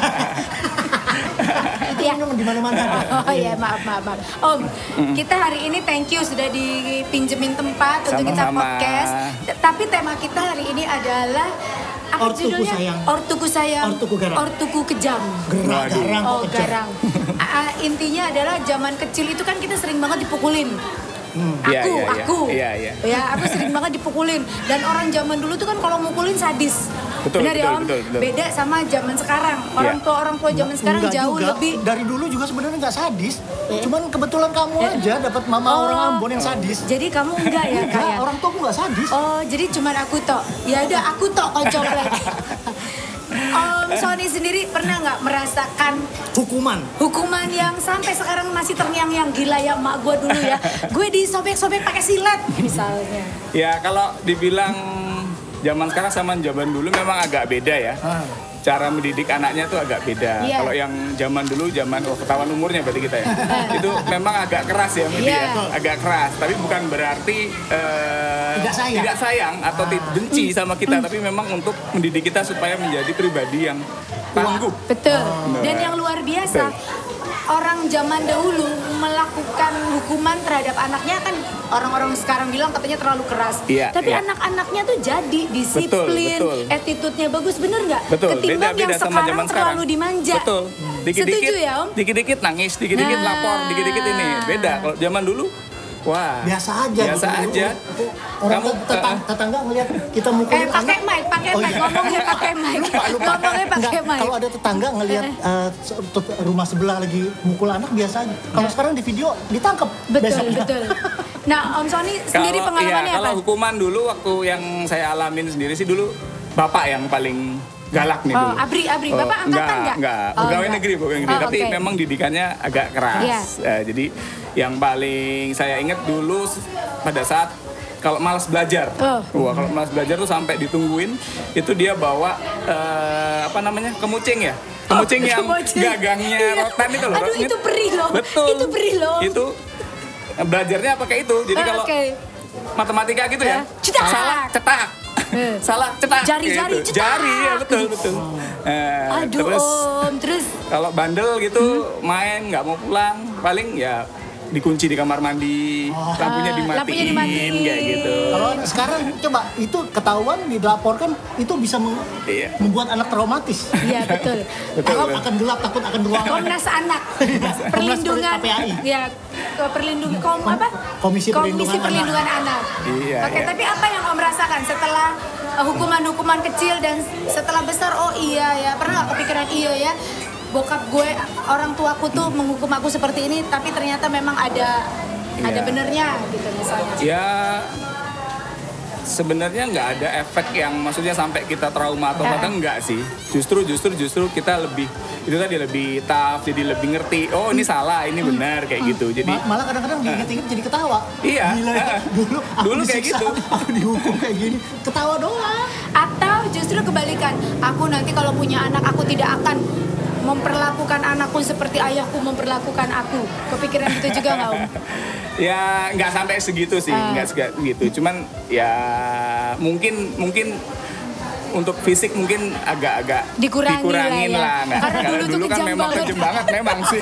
Itu Ya. minum di mana-mana. Oh iya, maaf, maaf, maaf. Om, kita hari ini thank you sudah dipinjemin tempat untuk kita Sama-sama. podcast. T- Tapi tema kita hari ini adalah apa Ortuku judulnya? sayang. Ortuku sayang. Ortuku garang. Ortuku kejam. Gerah, Waduh. garang, Oh, kok kejam. garang. Ah, intinya adalah zaman kecil itu kan kita sering banget dipukulin. Aku, Iya, iya, iya. aku. Iya, iya. Ya, aku sering banget dipukulin. Dan orang zaman dulu tuh kan kalau mukulin sadis. Betul, Benar ya, betul, Om? betul, betul. Beda sama zaman sekarang. Orang Iya. tua orang tua zaman sekarang Enggak jauh juga. lebih. Dari dulu juga sebenarnya nggak sadis. Cuman kebetulan kamu aja dapat mama Oh. orang Ambon yang sadis. Jadi kamu enggak ya, Enggak, kayak? orang tua nggak sadis. Oh, jadi cuman aku tok. Ya udah, aku tok koncoplek. Om Sony sendiri pernah nggak merasakan Hukuman. hukuman yang sampai sekarang masih terngiang-ngiang gila ya emak gue dulu ya. Gue disobek-sobek pakai silet misalnya. Ya kalau dibilang zaman sekarang sama zaman dulu memang agak beda ya. Ah. Cara mendidik anaknya tuh agak beda. Iya. Kalau yang zaman dulu, zaman oh, ketahuan umurnya berarti kita ya. Itu memang agak keras ya, Midi Iya. ya. Agak keras. Tapi bukan berarti eh, Tidak sayang. tidak sayang atau ti- benci sama kita. Tapi memang untuk mendidik kita supaya menjadi pribadi yang tangguh. Betul. Benar. Dan yang luar biasa, orang zaman dahulu melakukan hukuman terhadap anaknya kan orang-orang sekarang bilang katanya terlalu keras. Iya, Tapi iya. anak-anaknya tuh jadi disiplin, betul. attitude-nya bagus, bener nggak? Betul, Ketimbang beda-beda yang sama sekarang zaman terlalu sekarang. dimanja. Betul. Dikit-dikit, Setuju ya, Om? dikit-dikit nangis, dikit-dikit Nah. lapor, dikit-dikit ini. Beda. Kalau zaman dulu Wah, biasa aja. Biasa gitu. aja. Orang Kamu, tetang- uh, tetangga ngelihat kita mukulin Eh pakai anak. mic, pakai Oh, mic, iya. ngomongnya pakai mic. Lupa, lupa. Ngomongnya pakai Enggak, mic. kalau ada tetangga ngelihat uh, se- tet- rumah sebelah lagi mukul anak biasa aja. Kalau sekarang di video ditangkap. Betul, besoknya. betul. Nah, Om Sony sendiri Kalau- pengalamannya iya, apa? Kalau hukuman dulu waktu yang saya alamin sendiri sih dulu bapak yang paling galak nih Oh, dulu. Abri, Abri. Bapak angkatan enggak? nggak? Enggak, Oh, pegawai enggak. negeri, pegawai negeri. Oh, Tapi oke. memang didikannya agak keras. Iya. Eh, jadi yang paling saya ingat dulu s- pada saat kalau malas belajar, Oh. wah kalau malas belajar tuh sampai ditungguin, itu dia bawa eh, apa namanya kemucing ya, kemucing Oh, yang kemucing. gagangnya Iya. rotan itu loh. Aduh, Rot- itu perih loh. Betul. Itu perih loh. Itu eh, belajarnya pakai itu. Jadi Oh, kalau oke. matematika gitu ya, Ya. Cetak. salah cetak. Eh. Salah cetak. Jari-jari gitu. cetak. Jari ya betul betul. Eh, Aduh, terus Om. Terus kalau bandel gitu main nggak mau pulang paling ya dikunci di kamar mandi, lampunya Ah, dimatiin, lampunya dimatiin. kayak gitu. Kalau anak sekarang coba itu ketahuan dilaporkan itu bisa meng- Iya. membuat anak traumatis. iya betul. Betul, Takut betul. akan gelap, takut akan ruangan. Komnas Anak, perlindungan, K P A I. ya ke perlindungan kom apa? Komisi Perlindungan Perlindungan Anak. Iya, Oke, iya. tapi apa yang Om rasakan setelah uh, hukuman-hukuman kecil dan setelah besar? Oh iya ya, pernah nggak kepikiran iya ya? Bokap gue, orang tuaku tuh menghukum aku seperti ini, tapi ternyata memang ada ada Iya. benernya gitu misalnya. Ya sebenarnya nggak ada efek yang maksudnya sampai kita trauma atau apa enggak sih. Justru justru justru kita lebih itu tadi lebih tough, jadi lebih ngerti. Oh ini salah, ini benar kayak gitu. Jadi Ma- malah kadang-kadang diinget-inget jadi ketawa. Iya. Gila ya. Ah. Dulu aku Dulu kayak disiksa, gitu. aku dihukum kayak gini. Ketawa doang. Atau justru kebalikan, aku nanti kalau punya anak aku tidak akan memperlakukan anakku seperti ayahku memperlakukan aku. Kepikiran gitu juga nggak Om? ya nggak sampai segitu sih, Ah. nggak segitu. Cuman ya mungkin mungkin untuk fisik mungkin agak-agak Dikurangi dikurangin lah ya. lah. Nggak- Karena dulu tuh kan kejam memang banget. kejam banget memang sih.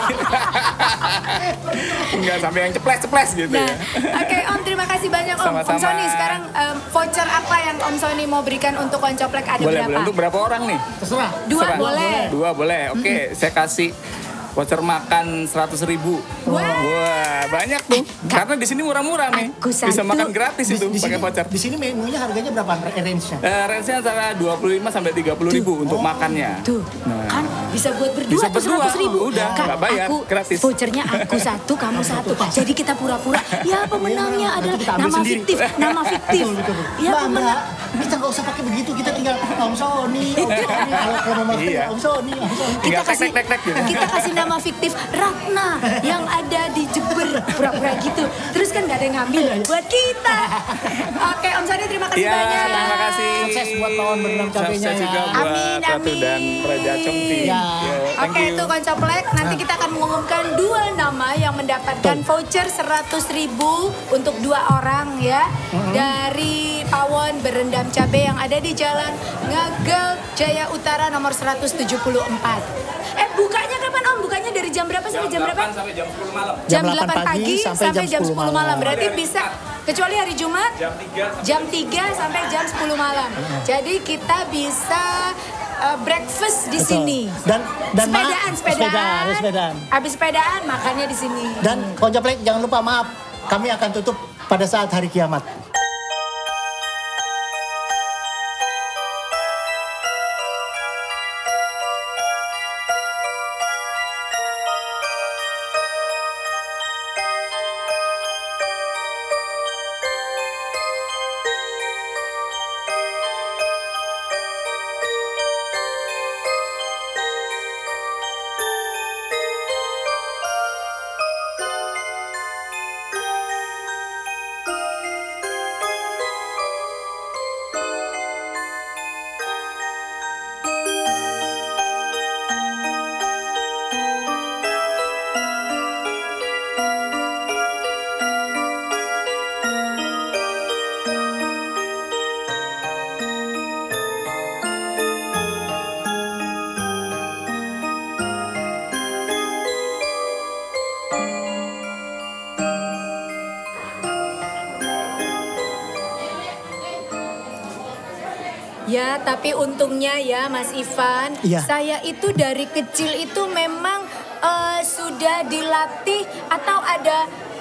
Nggak sampai yang ceples-ceples gitu Nah, ya. oke Om, terima kasih banyak Om. Om Sama-sama. Sony, sekarang em, voucher apa yang Om Sony mau berikan untuk Koncoplek ada Boleh, berapa? boleh. Untuk berapa orang nih? Terserah. Dua Serah. boleh. Dua boleh. Oke, saya kasih voucher makan seratus ribu. Wah. Wah, banyak tuh. Karena di sini murah-murah nih. Aku Bisa satu. makan gratis itu Di pakai sini, voucher. di sini menunya harganya berapa range-nya? Eh, range-nya antara dua puluh lima sampai tiga puluh ribu untuk makannya. Tuh, Nah. kan bisa buat berdua Bisa tuh berdua. seratus ribu. Udah, Kan nggak bayar, aku, gratis. vouchernya aku satu, kamu satu. Jadi kita pura-pura, ya pemenangnya Nanti adalah kita ambil nama sendiri. fiktif, nama fiktif. Betul, betul, betul. Ya Mbak, pemenang. Mbak, kita nggak usah pakai begitu, kita tinggal Om Sony, Om Sony, kalau kalau mau pakai Iya. Om Sony, Om Sony. Kita Tinggal tek, kasih, tek, tek, tek gitu. kita kasih nama fiktif Ratna yang ada di Jember, pura-pura gitu. Terus kan gak ada yang ngambil buat kita. Oke, Om Sony terima kasih Iya, banyak. terima kasih. Sukses buat lawan berendam cabenya Sukses ya. juga buat Amin, Ratu amin. dan Raja Chongti. Ya. Yo, thank Oke, you. itu Koncoplek. Nanti kita akan mengumumkan dua nama yang mendapatkan voucher seratus ribu untuk dua orang ya. Dari Pawon Berendam Cabe yang ada di Jalan Ngagel Jaya Utara nomor seratus tujuh puluh empat. Eh, bukanya kapan Om? Bukanya dari jam berapa sampai jam berapa? delapan sampai jam sepuluh malam. Jam Jam delapan delapan pagi sampai jam sepuluh malam. Berarti Hari bisa kecuali hari Jumat Jam tiga sampai jam tiga sampai jam sepuluh malam. Jadi kita bisa uh, breakfast di Betul. sini. Dan dan ma- sepedaan, sepedaan. sepedaan, sepedaan. Habis sepedaan makannya di sini. Dan Koncoplek jangan lupa maaf, kami akan tutup pada saat hari kiamat. Ya, tapi untungnya ya Mas Ivan, Iya. saya itu dari kecil itu memang eh, sudah dilatih atau ada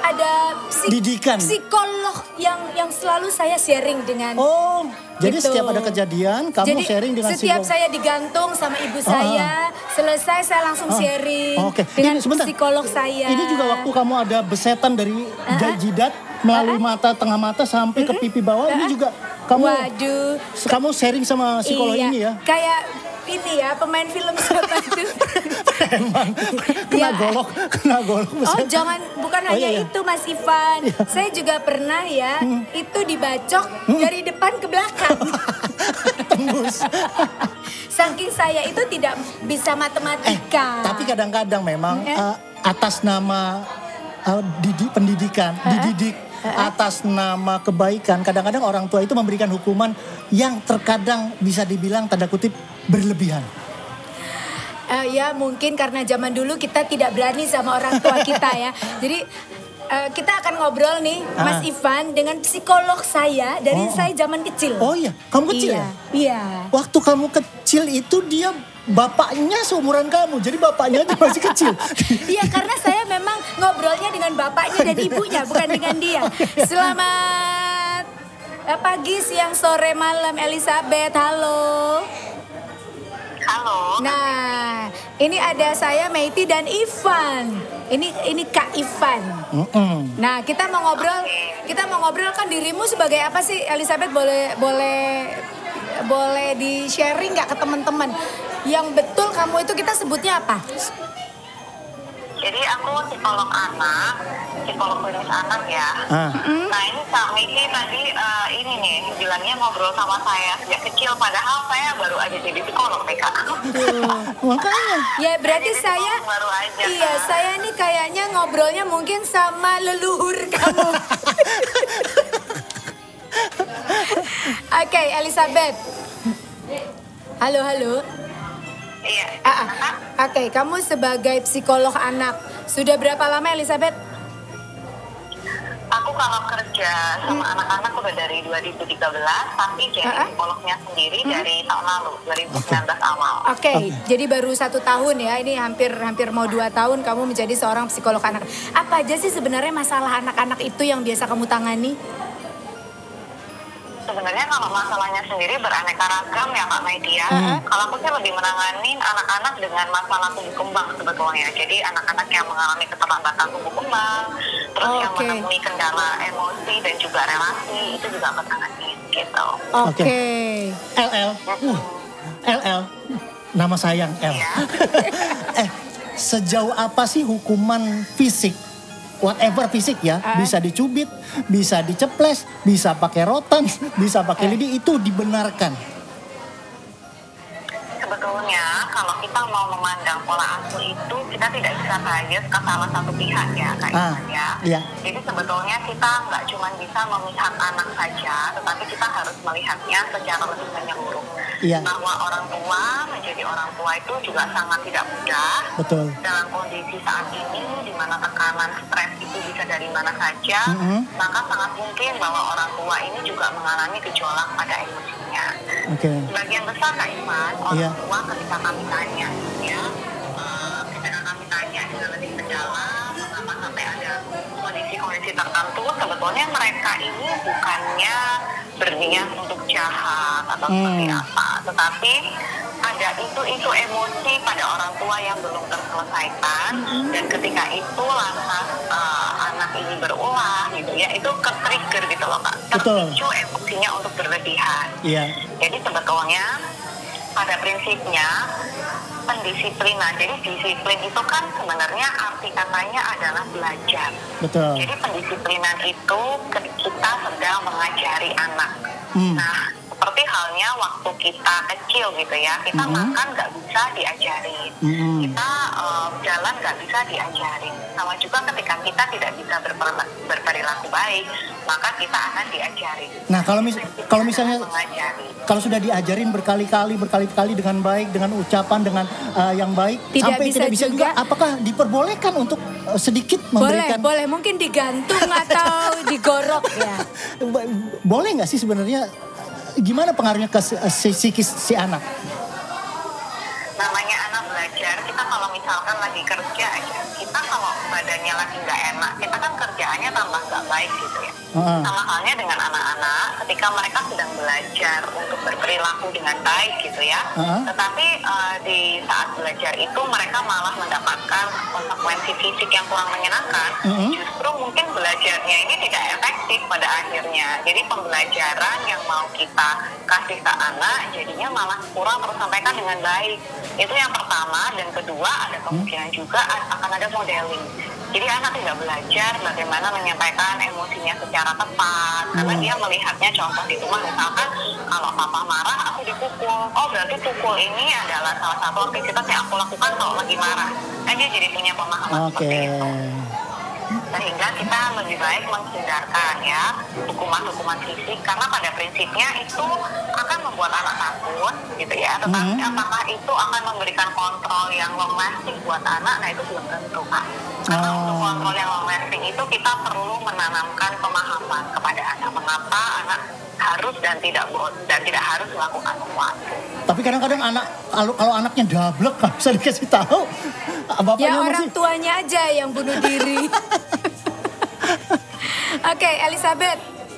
ada psik- Didikan. psikolog yang yang selalu saya sharing dengan. Oh, jadi Gitu. setiap ada kejadian kamu Jadi sharing dengan setiap psikolog. saya digantung sama ibu Ah, saya, selesai saya langsung Ah, sharing oke. dengan Ini sebentar. psikolog saya. Ini juga waktu kamu ada besetan dari Ah, jidat melalui mata tengah mata sampai ke pipi bawah. Ini juga kamu Waduh. kamu sharing sama psikolog Iya, ini ya. Kayak ini ya, pemain film siapa itu? Emang kena Ya. golok, kena golok. Oh besetan. jangan, bukan Oh, hanya iya, iya. itu Mas Ivan. Saya juga pernah ya, itu dibacok dari depan ke belakang. Tembus. Saking saya itu tidak bisa Eh, matematika. tapi kadang-kadang memang Eh. eh, atas nama eh, didi- pendidikan, dididik atas nama kebaikan, kadang-kadang orang tua itu memberikan hukuman yang terkadang bisa dibilang tanda kutip berlebihan. Eh, ya mungkin karena zaman dulu kita tidak berani sama orang tua kita ya. Jadi eh, kita akan ngobrol nih Mas Ah. Ivan dengan psikolog saya dari Oh. saya zaman kecil. Oh iya, kamu kecil Iya, ya? iya. Waktu kamu kecil itu dia bapaknya seumuran kamu, jadi bapaknya aja masih kecil. Iya karena saya memang ngobrolnya dengan bapaknya dan ibunya bukan dengan dia. Selamat eh, pagi, siang, sore, malam Elizabeth. Halo. Halo. Nah, ini ada saya Meiti dan Ivan. Ini ini Kak Ivan. Mm-mm. Nah, kita mau ngobrol, kita mau ngobrol kan dirimu sebagai apa sih Elizabeth, boleh boleh boleh di sharing nggak ke teman-teman? Yang betul kamu itu kita sebutnya apa? Jadi aku psikolog anak, psikolog klinis anak ya. Ah. Nah ini Kak Miki tadi eh, ini nih bilangnya ngobrol sama saya sejak kecil, padahal saya baru aja jadi psikolog nih Kak. Makanya. Ya berarti Jadi saya, psikolog baru aja, iya Kak. saya nih kayaknya ngobrolnya mungkin sama leluhur kamu. Oke Elizabeth. Halo halo. Iya. Ah, ah. Kak, Oke, kamu sebagai psikolog anak sudah berapa lama Elizabeth? aku kalau kerja sama anak-anak udah dari dua ribu tiga belas, tapi jadi Ah, ah. psikolognya sendiri dari tahun lalu, dua ribu sembilan belas awal. Oke, jadi baru satu tahun ya. Ini hampir hampir mau dua tahun kamu menjadi seorang psikolog anak. Apa aja sih sebenarnya masalah anak-anak itu yang biasa kamu tangani? Sebenarnya kalau masalahnya sendiri beraneka ragam ya Kak Media. Hmm. Kalau aku sih lebih menangani anak-anak dengan masalah tumbuh kembang sebetulnya. Jadi anak-anak yang mengalami keterlambatan tumbuh kembang, terus Oh, yang oke. menemui kendala emosi dan juga relasi, itu juga aku tangani gitu. Oke. Oke. L L. Uh, L L. Nama sayang L. Iya. eh, sejauh apa sih hukuman fisik? Whatever fisik ya, Ah. bisa dicubit, bisa diceples, bisa pakai rotan, bisa pakai Ah. lidi, itu dibenarkan. Sebetulnya kalau kita mau memandang pola asuh itu, kita tidak bisa bias ke salah satu pihak ya Kak Ah, Iman ya. iya. Jadi sebetulnya kita nggak cuma bisa memihak anak saja, tetapi kita harus melihatnya secara lebih menyeluruh. Iya. Bahwa orang tua menjadi orang tua itu juga sangat tidak mudah. Betul. Dalam kondisi saat ini, di mana tekanan stres itu bisa dari mana saja, Mhm. maka sangat mungkin bahwa orang tua ini juga mengalami gejolak pada emosinya. Oke. Sebagian besar Kak Iman, orang Iya. tua ketika kami tanya, ya, eh, ketika kami tanya dengan lebih mendalam, mengapa sampai ada kondisi-kondisi tertentu, sebetulnya mereka ini bukannya berniat untuk jahat atau Hmm. seperti apa, tetapi ada itu-itu emosi pada orang tua yang belum terselesaikan, dan ketika itu lantas eh, anak ini berulah gitu ya, itu ke-trigger gitu loh Kak, Betul. terpicu emosinya untuk berlebihan. Iya. Jadi sebetulnya pada prinsipnya pendisiplinan. Jadi disiplin itu kan sebenarnya arti katanya adalah belajar. Betul. Jadi pendisiplinan itu ke- kita sedang mengajari anak. Hmm. Nah, seperti halnya waktu kita kecil gitu ya, kita Mhm. makan nggak bisa diajarin, Mhm. kita eh, jalan nggak bisa diajarin. Sama juga ketika kita tidak bisa berperla- berperilaku baik, maka kita akan diajarin. Nah, kalau mis- Prinsipnya kalau misalnya adalah mengajari. kalau sudah diajarin berkali-kali, berkali-kali dengan baik, dengan ucapan, dengan uh, yang baik, Tidak sampai bisa tidak bisa juga, juga. apakah diperbolehkan untuk uh, sedikit Boleh, memberikan? boleh. Mungkin digantung atau digorok ya. Bo- Boleh nggak sih sebenarnya? Gimana pengaruhnya ke si, si- psikis si anak? Namanya anak belajar, kita kalau misalkan lagi kerja aja, kita kalau badannya lagi nggak enak, kita kan kerjaannya tambah nggak baik gitu ya. Uh-uh. Sama halnya dengan anak-anak, ketika mereka sedang belajar untuk berperilaku dengan baik gitu ya. Uh-huh. Tetapi uh, di saat belajar itu mereka malah mendapatkan konsekuensi fisik yang kurang menyenangkan. Uh-huh. Justru mungkin belajarnya ini tidak efektif pada akhirnya. Jadi pembelajaran yang mau kita kasih ke anak jadinya malah kurang tersampaikan dengan baik. Itu yang pertama. Dan kedua, ada kemungkinan juga akan ada modeling. Jadi anak tidak belajar bagaimana menyampaikan emosinya secara tepat. Karena dia melihatnya contoh di rumah, misalkan kalau papa marah aku dipukul. Oh berarti pukul ini adalah salah satu aktivitas yang aku lakukan kalau lagi marah. Kan dia jadi punya pemahaman Oke. seperti itu. Sehingga kita lebih baik menghindarkan ya hukuman-hukuman fisik, karena pada prinsipnya itu akan membuat anak takut gitu ya. Tetapi Hmm. apakah itu akan memberikan kontrol yang long lasting buat anak? Nah itu belum tentu Kak. Karena Oh. untuk kontrol yang long lasting itu kita perlu menanamkan pemahaman kepada anak, mengapa anak harus dan tidak bo- dan tidak harus melakukan sesuatu. Tapi kadang-kadang anak kalau kalau anaknya dablek nggak bisa dikasih tahu. Bapaknya Ya masih- orang tuanya aja yang bunuh diri. Oke, Elizabeth.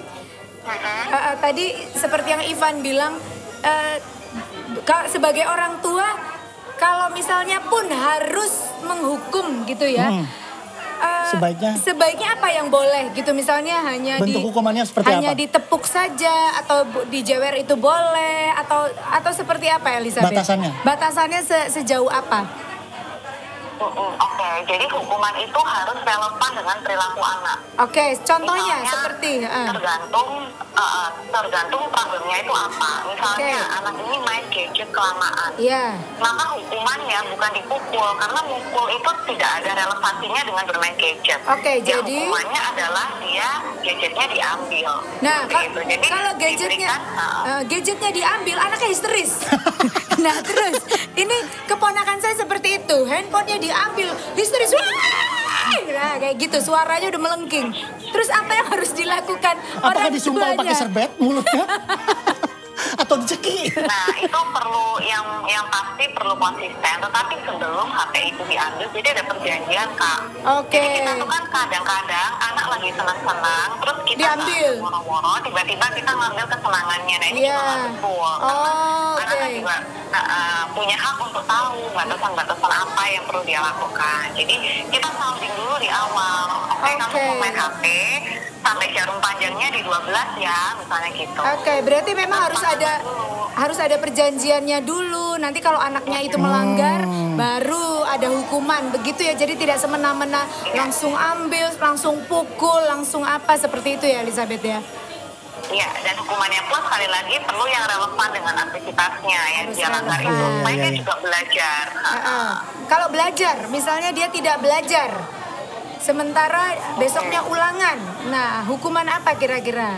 Mm-mm. Uh, uh, tadi seperti yang Ivan bilang, uh, ka- sebagai orang tua, kalau misalnya pun harus menghukum gitu ya. Hmm. uh, Sebaiknya? Sebaiknya apa yang boleh gitu, misalnya hanya Bentuk di hukumannya seperti hanya apa? ditepuk saja atau bu- dijewer itu boleh atau atau seperti apa Elizabeth? Batasannya? Batasannya se- sejauh apa? Mm-mm. Oke, jadi hukuman itu harus relevan dengan perilaku anak. Oke, contohnya Misalnya, seperti uh, tergantung uh, tergantung problemnya itu apa. Misalnya Oke. anak ini main gadget kelamaan, ya. maka hukumannya bukan dipukul, karena mukul itu tidak ada relevansinya dengan bermain gadget. Oke, Yang jadi- hukumannya adalah dia gadgetnya diambil. Nah, Seperti ka- itu. Jadi kalau gadgetnya diberikan, uh, eh, gadgetnya diambil, anaknya histeris. Nah, terus ini keponakan saya seperti itu, handphonenya diambil, histeris. Wah! Nah, kayak gitu, suaranya udah melengking. Terus apa yang harus dilakukan Apakah orang disumpal tuanya? pakai serbet mulutnya? Atau dicekik? Nah itu perlu yang yang pasti perlu konsisten. Tetapi sebelum H P itu diambil, jadi ada perjanjian Kak. Oke. Jadi kita tuh kan kadang-kadang anak lagi senang-senang, terus kita Diambil. nggak woro-woro, tiba-tiba kita ngambil kesenangannya. Nah ini Iya. juga nggak betul. Oh, Karena anak kan oke. juga nah, uh, punya hak untuk tahu batasan-batasan apa yang perlu dia lakukan. Jadi kita sounding dulu di awal. Oke, kamu Oke. mau main H P sampai jarum panjangnya di dua belas ya, misalnya gitu. Oke, berarti memang harus ada harus ada perjanjiannya dulu. Nanti kalau anaknya itu melanggar, baru ada hukuman. Begitu ya. Jadi tidak semena-mena langsung ambil, langsung pukul, langsung apa seperti itu ya, Elizabeth ya. Iya, dan hukumannya pun sekali lagi perlu yang relevan dengan aktivitasnya yang Harus dia langgar itu. relevan. Supaya Iya, dia iya. juga belajar. Heeh. Kalau belajar, misalnya dia tidak belajar, sementara besoknya ulangan. Nah, hukuman apa kira-kira?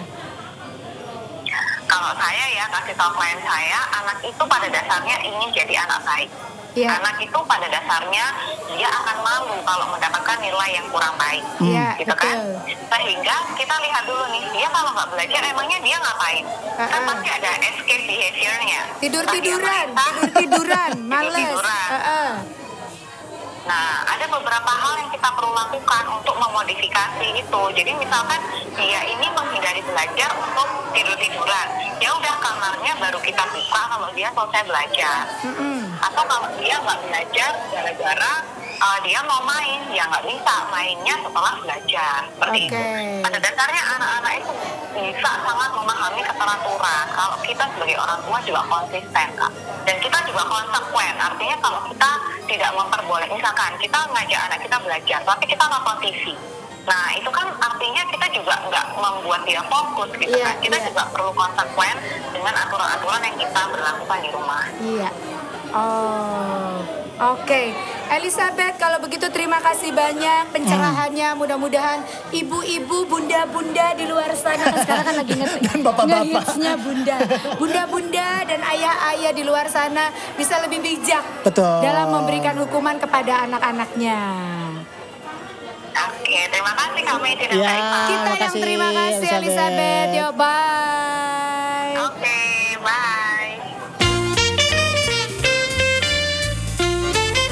Kalau saya ya, kasih tahu klien saya, anak itu pada dasarnya ingin jadi anak baik. Iya. Anak itu pada dasarnya dia akan malu kalau mendapatkan nilai yang kurang baik. Iya, Gitu kan? betul. Sehingga kita lihat dulu nih, dia kalau nggak belajar emangnya dia ngapain? Kan Uh-uh. pasti ada escape behavior-nya. Tidur-tiduran, Entah dia tidur-tiduran, males. Tidur-tiduran. Heeh. Nah, ada beberapa hal yang kita perlu lakukan untuk memodifikasi itu. Jadi misalkan dia ini menghindari belajar untuk tidur-tiduran. Ya udah kamarnya baru kita buka kalau dia selesai belajar. Mm-mm. Atau kalau dia nggak belajar gara-gara uh, dia mau main, ya nggak bisa mainnya setelah belajar. Seperti Oke. itu. Pada dasarnya anak-anak itu bisa sangat memahami keteraturan. Kalau kita sebagai orang tua juga konsisten, Kak. Dan kita juga konsekuen. Artinya kalau kita tidak memperboleh, misalkan kita ngajak anak kita belajar, tapi kita nonton T V. Nah, itu kan artinya kita juga nggak membuat dia fokus gitu Iya, kan. Kita iya. juga perlu konsekuen dengan aturan-aturan yang kita berlakukan di rumah. Iya. Oh, oke. Elizabeth, kalau begitu terima kasih banyak pencerahannya. Mudah-mudahan ibu-ibu, bunda-bunda di luar sana, kan sekarang kan lagi nge- Dan bapak-bapak. ngehitsnya bunda. Bunda-bunda dan ayah-ayah di luar sana bisa lebih bijak Betul. dalam memberikan hukuman kepada anak-anaknya. Oke, terima kasih kami tidak Ya. Eva. Kita yang makasih, terima kasih Elizabeth. Elizabeth. Yo, bye. Oke, bye.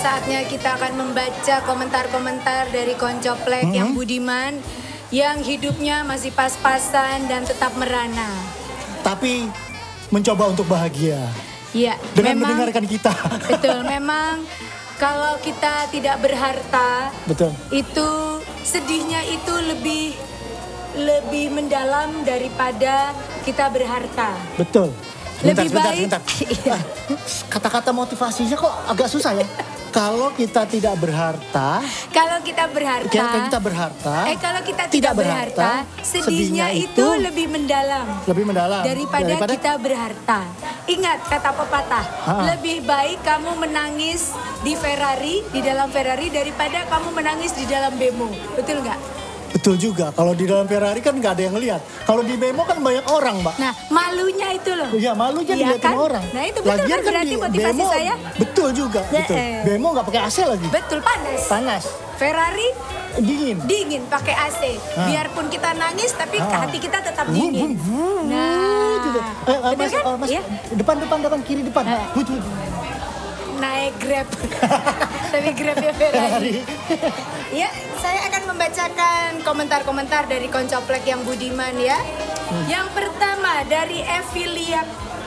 saatnya kita akan membaca komentar-komentar dari Koncoplek Mm-hmm. yang budiman, yang hidupnya masih pas-pasan dan tetap merana. Tapi mencoba untuk bahagia Iya, dengan memang mendengarkan kita. betul. Memang kalau kita tidak berharta, Betul. itu sedihnya itu lebih lebih mendalam daripada kita berharta. Betul. Lebih Sebentar, baik. sebentar, sebentar. Iya. Ah, Kata-kata motivasinya kok agak susah ya. Kalau kita tidak berharta, Kalau kita berharta, kalau kita berharta, eh kalau kita tidak, tidak berharta, berharta, sedihnya, sedihnya itu itu lebih mendalam lebih mendalam daripada, kita berharta. Ingat kata pepatah, Ah. lebih baik kamu menangis di Ferrari, di dalam Ferrari daripada kamu menangis di dalam bemo. Betul nggak? Betul juga. Kalau di dalam Ferrari kan nggak ada yang ngelihat. Kalau di bemo kan banyak orang, Mbak. Nah, malunya itu loh. Iya, malunya Iya dilihatin kan? orang. Nah, itu betul Lagian kan berarti di motivasi bemo, saya? Betul juga, Ya, betul. eh. Bemo nggak pakai A C lagi. Betul, panas. Panas, Ferrari dingin. dingin pakai A C. Ah. Biarpun kita nangis tapi Ah. hati kita tetap Wuh, dingin. wuh, wuh, Nah, gitu. Eh, eh, bener mas, kan? eh, mas, Iya. depan, depan, depan, kiri, depan. Eh. Wuh, wuh. Naik Grab. Tapi Grabnya Ferrari. Ya, saya akan membacakan komentar-komentar dari Koncoplek yang budiman ya. Hmm. Yang pertama dari Eviliak.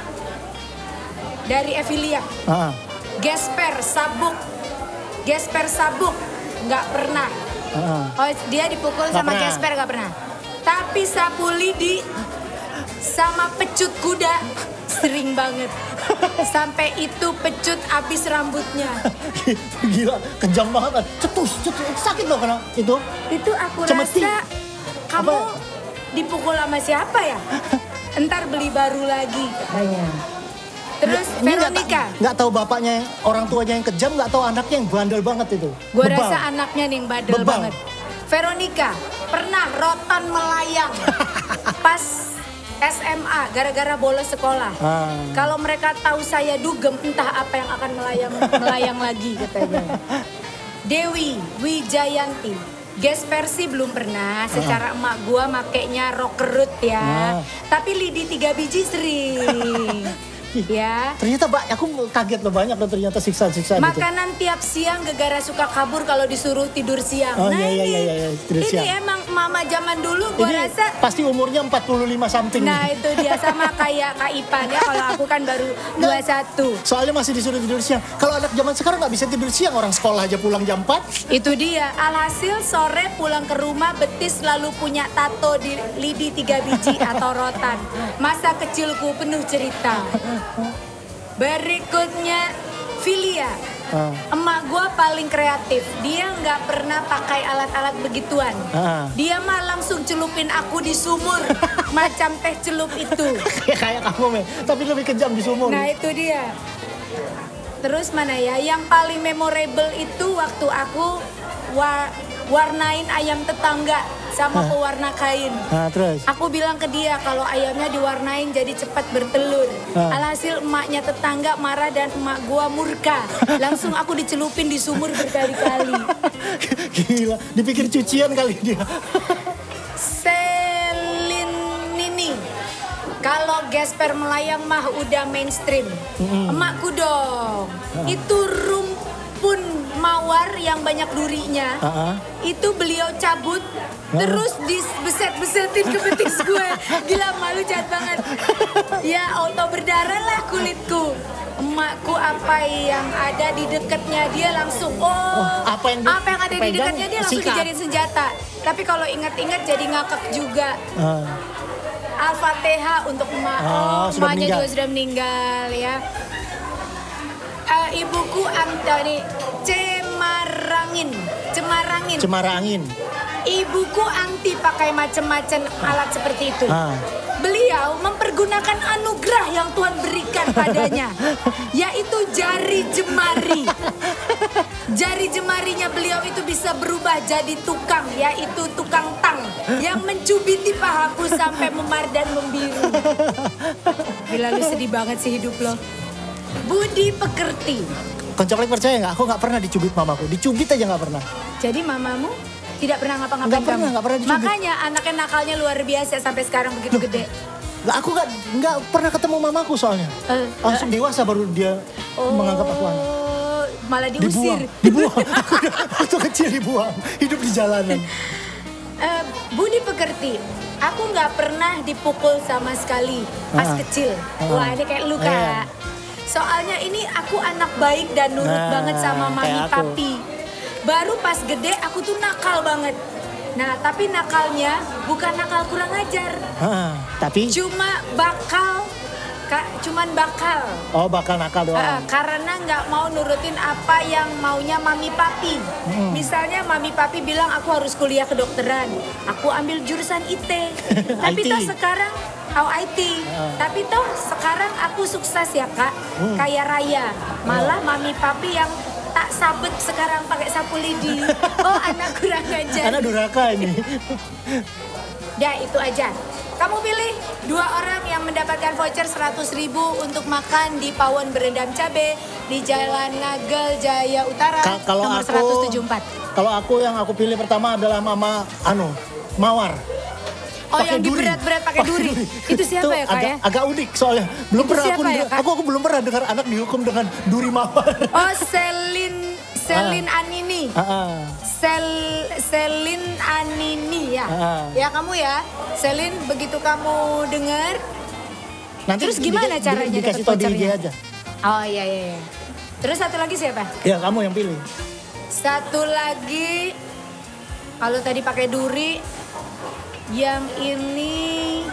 Dari Eviliak. Ah, Gesper Sabuk. Gesper Sabuk. Nggak pernah. ah. Oh, dia dipukul Nggak sama pernah. Gesper nggak pernah. Tapi sapu lidi sama pecut kuda sering banget. Sampai itu pecut habis rambutnya. Gila, kejam banget. Cetus, cetus. Sakit loh kena itu. Itu aku Cemeti. rasa kamu Apa? dipukul sama siapa ya? Entar beli baru lagi katanya. Terus Ini nggak Veronica. ta- Nggak tahu bapaknya, yang- orang tuanya yang kejam, nggak tahu anaknya yang bandel banget itu. Gue Bebal. rasa anaknya nih yang badel Bebal. banget. Veronica pernah rotan melayang pas S M A gara-gara bolos sekolah. Ah. Kalau mereka tahu saya dugem entah apa yang akan melayang melayang lagi katanya. Dewi Wijayanti. Gespersi belum pernah, secara emak gua makainya rok kerut ya. Ah. Tapi lidi tiga biji sering. Ya. Ternyata Mbak, aku kaget loh, banyak loh ternyata siksa-siksa gitu. Makanan tiap siang gegara suka kabur kalau disuruh tidur siang. Oh, nah iya, iya, ini, iya, iya, tidur ini siang. emang mama zaman dulu gua Ini rasa. pasti umurnya empat puluh lima something. Nah itu dia sama kayak Kak Ipan ya, kalau aku kan baru dua puluh satu. Soalnya masih disuruh tidur siang. Kalau anak zaman sekarang nggak bisa tidur siang, orang sekolah aja pulang jam empat. Itu dia, alhasil sore pulang ke rumah betis lalu punya tato di lidi tiga biji atau rotan. Masa kecilku penuh cerita. Berikutnya Filia. Ah. Emak gua paling kreatif. Dia nggak pernah pakai alat-alat begituan. Ah. Dia mah langsung celupin aku di sumur. Macam teh celup itu. Kayak kayak kamu, Me. Tapi lebih kejam di sumur. Nah itu dia. Terus mana ya? Yang paling memorable itu waktu aku wa- warnain ayam tetangga sama Hah? pewarna kain. Nah, terus. Aku bilang ke dia kalau ayamnya diwarnain jadi cepat bertelur. Hah? Alhasil emaknya tetangga marah dan emak gua murka. Langsung aku dicelupin di sumur berkali-kali. Gila, dipikir cucian kali dia. Selin Nini. Kalau Gesper melayang mah udah mainstream. Emakku dong. Itu rumpun mawar yang banyak durinya. Ah, ah. Itu beliau cabut. Terus dibeset-besetin ke betis gue. Gila malu jahat banget. Ya auto berdarah lah kulitku. Emakku apa yang ada di dekatnya dia langsung oh, apa yang di- apa yang ada di pegang dekatnya dia langsung sikat. dijadiin senjata. Tapi kalau ingat-ingat jadi ngakak juga. Ah. Al-Fatihah untuk emak. Oh, Oh, sudah emaknya meninggal. juga sudah meninggal ya. Eh, ibuku Antoni Cemarangin. Cemarangin. Cemara angin. Ibuku anti pakai macam-macam alat seperti itu. Ah. Beliau mempergunakan anugerah yang Tuhan berikan padanya, yaitu jari jemari. Jari jemarinya beliau itu bisa berubah jadi tukang, yaitu tukang tang yang mencubiti pahaku sampai memar dan membiru. Gila lu sedih banget sih hidup lo. Budi Pekerti. Koncoplek percaya nggak? Aku nggak pernah dicubit mamaku. Dicubit aja nggak pernah. Jadi mamamu tidak pernah ngapa-ngapain Nggak pernah, kamu? nggak pernah dicubit. Makanya anaknya nakalnya luar biasa sampai sekarang begitu gede. Nggak, aku nggak nggak pernah ketemu mamaku soalnya. Eh, Langsung dewasa baru dia menganggap aku anak. Oh, malah diusir. Dibuang. Dibuang. Aku udah waktu kecil dibuang. Hidup di jalanan. Eh, Budi pekerti, aku nggak pernah dipukul sama sekali pas Ah. kecil. Ah. Wah, ini kayak lu, Iya. Kak. Soalnya ini aku anak baik dan nurut Nah, banget sama mami kayak aku. papi. Baru pas gede aku tuh nakal banget. Nah, tapi nakalnya bukan nakal kurang ajar. Ah, tapi Cuma bakal, Kak, cuman bakal. oh bakal nakal doang. Ah, karena nggak mau nurutin apa yang maunya mami papi. Hmm. Misalnya mami papi bilang aku harus kuliah kedokteran, aku ambil jurusan I T. Tapi I T. toh sekarang, oh I T. Ah. Tapi toh sekarang aku sukses ya Kak, Hmm. kaya raya. Malah mami papi yang tak sabet sekarang pakai sapu lidi. Oh anak kurang ajar. Anak durhaka ini. Dah itu aja. Kamu pilih dua orang yang mendapatkan voucher seratus ribu untuk makan di Pawon Berendam Cabe di Jalan Nagel Jaya Utara Ka- kalau nomor aku seratus tujuh puluh empat. Kalau aku yang aku pilih pertama adalah Mama anu Mawar. Oh Pakai yang duri. diberat-berat pakai duri. Itu siapa ya Kak agak, ya? agak unik soalnya. Belum Itu pernah aku, siapa ya, Kak? aku aku belum pernah dengar anak dihukum dengan duri mawar. Oh Selin Selin Anini. Ah, ah. Sel Selin Anini ya. Ah. Ya kamu ya. Selin begitu kamu dengar. Nanti Terus gimana di- di- caranya dikasih dapet tahu di I G vouchernya? aja. Oh iya iya iya. Terus satu lagi siapa? Ya kamu yang pilih. Satu lagi, kalau tadi pakai duri, yang ini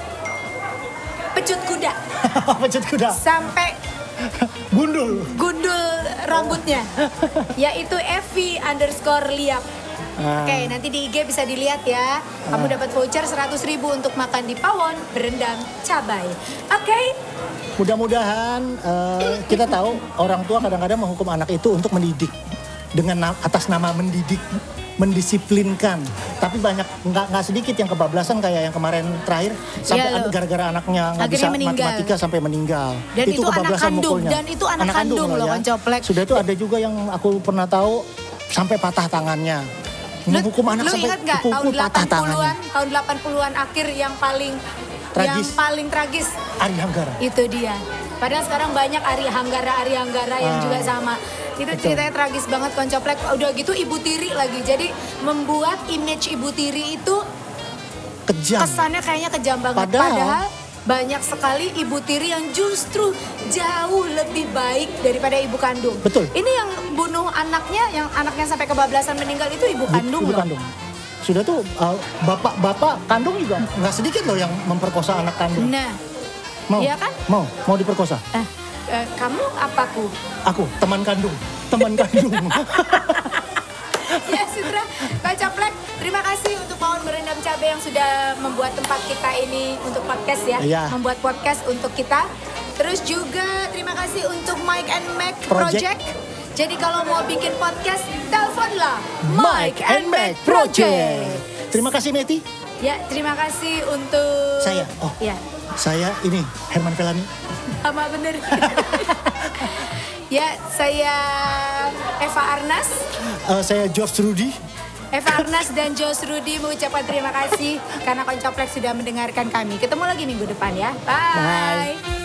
pecut kuda Pecut kuda. sampai Gundul. gundul rambutnya, yaitu Evi underscore liap. Ah. Oke, nanti di I G bisa dilihat ya. Kamu dapat voucher seratus ribu untuk makan di Pawon Berendam Cabai. Oke, Mudah-mudahan eh, kita tahu orang tua kadang-kadang menghukum anak itu untuk mendidik dengan na- atas nama mendidik, mendisiplinkan. Tapi banyak nggak nggak sedikit yang kebablasan kayak yang kemarin terakhir sampai Iya, loh. an- gara-gara anaknya nggak Akhirnya bisa meninggal. matematika sampai meninggal. Dan itu anak kebablasan kandung, mukulnya. dan itu anak kandung loh, ya. Koncoplek. Sudah itu ada juga yang aku pernah tahu sampai patah tangannya. lu, Menghukum anak lu sampai ingat nggak tahun dipukul patah delapan puluhan, tangannya. tahun delapan puluhan akhir yang paling yang Tragis. paling tragis Ari Hanggara. itu dia. Padahal sekarang banyak Ari Hanggara, Ari Hanggara yang Ah. juga sama. Itu Betul. ceritanya tragis banget Koncoplek. Udah gitu Ibu Tiri lagi. Jadi membuat image Ibu Tiri itu Kejam. kesannya kayaknya kejam banget. Padahal- Padahal banyak sekali Ibu Tiri yang justru jauh lebih baik daripada ibu kandung. Betul. Ini yang bunuh anaknya, yang anaknya sampai kebablasan meninggal itu ibu kandung Ibu loh. kandung. Sudah tuh uh, bapak-bapak kandung juga nggak sedikit loh yang memperkosa anak kandung. Nah, Mau? iya kan? Mau? Mau diperkosa? eh, eh, kamu apaku? Aku, teman kandung. Teman kandung. Ya Sidra, Koncoplek, terima kasih untuk Pawon Berendam Cabai yang sudah membuat tempat kita ini untuk podcast ya. Iya. Membuat podcast untuk kita. Terus juga terima kasih untuk Mike and Mac Project. Project. Jadi kalau mau bikin podcast, teleponlah Mike and Mac Project. Terima kasih Meti. Ya, terima kasih untuk... Saya, oh. Ya, Saya ini Herman Felani. sama bener. Ya, saya Eva Arnas. Uh, saya George Rudy. Eva Arnas dan Jos Rudy mengucapkan terima kasih karena Koncoplek sudah mendengarkan kami. Ketemu lagi minggu depan ya. Bye. Bye.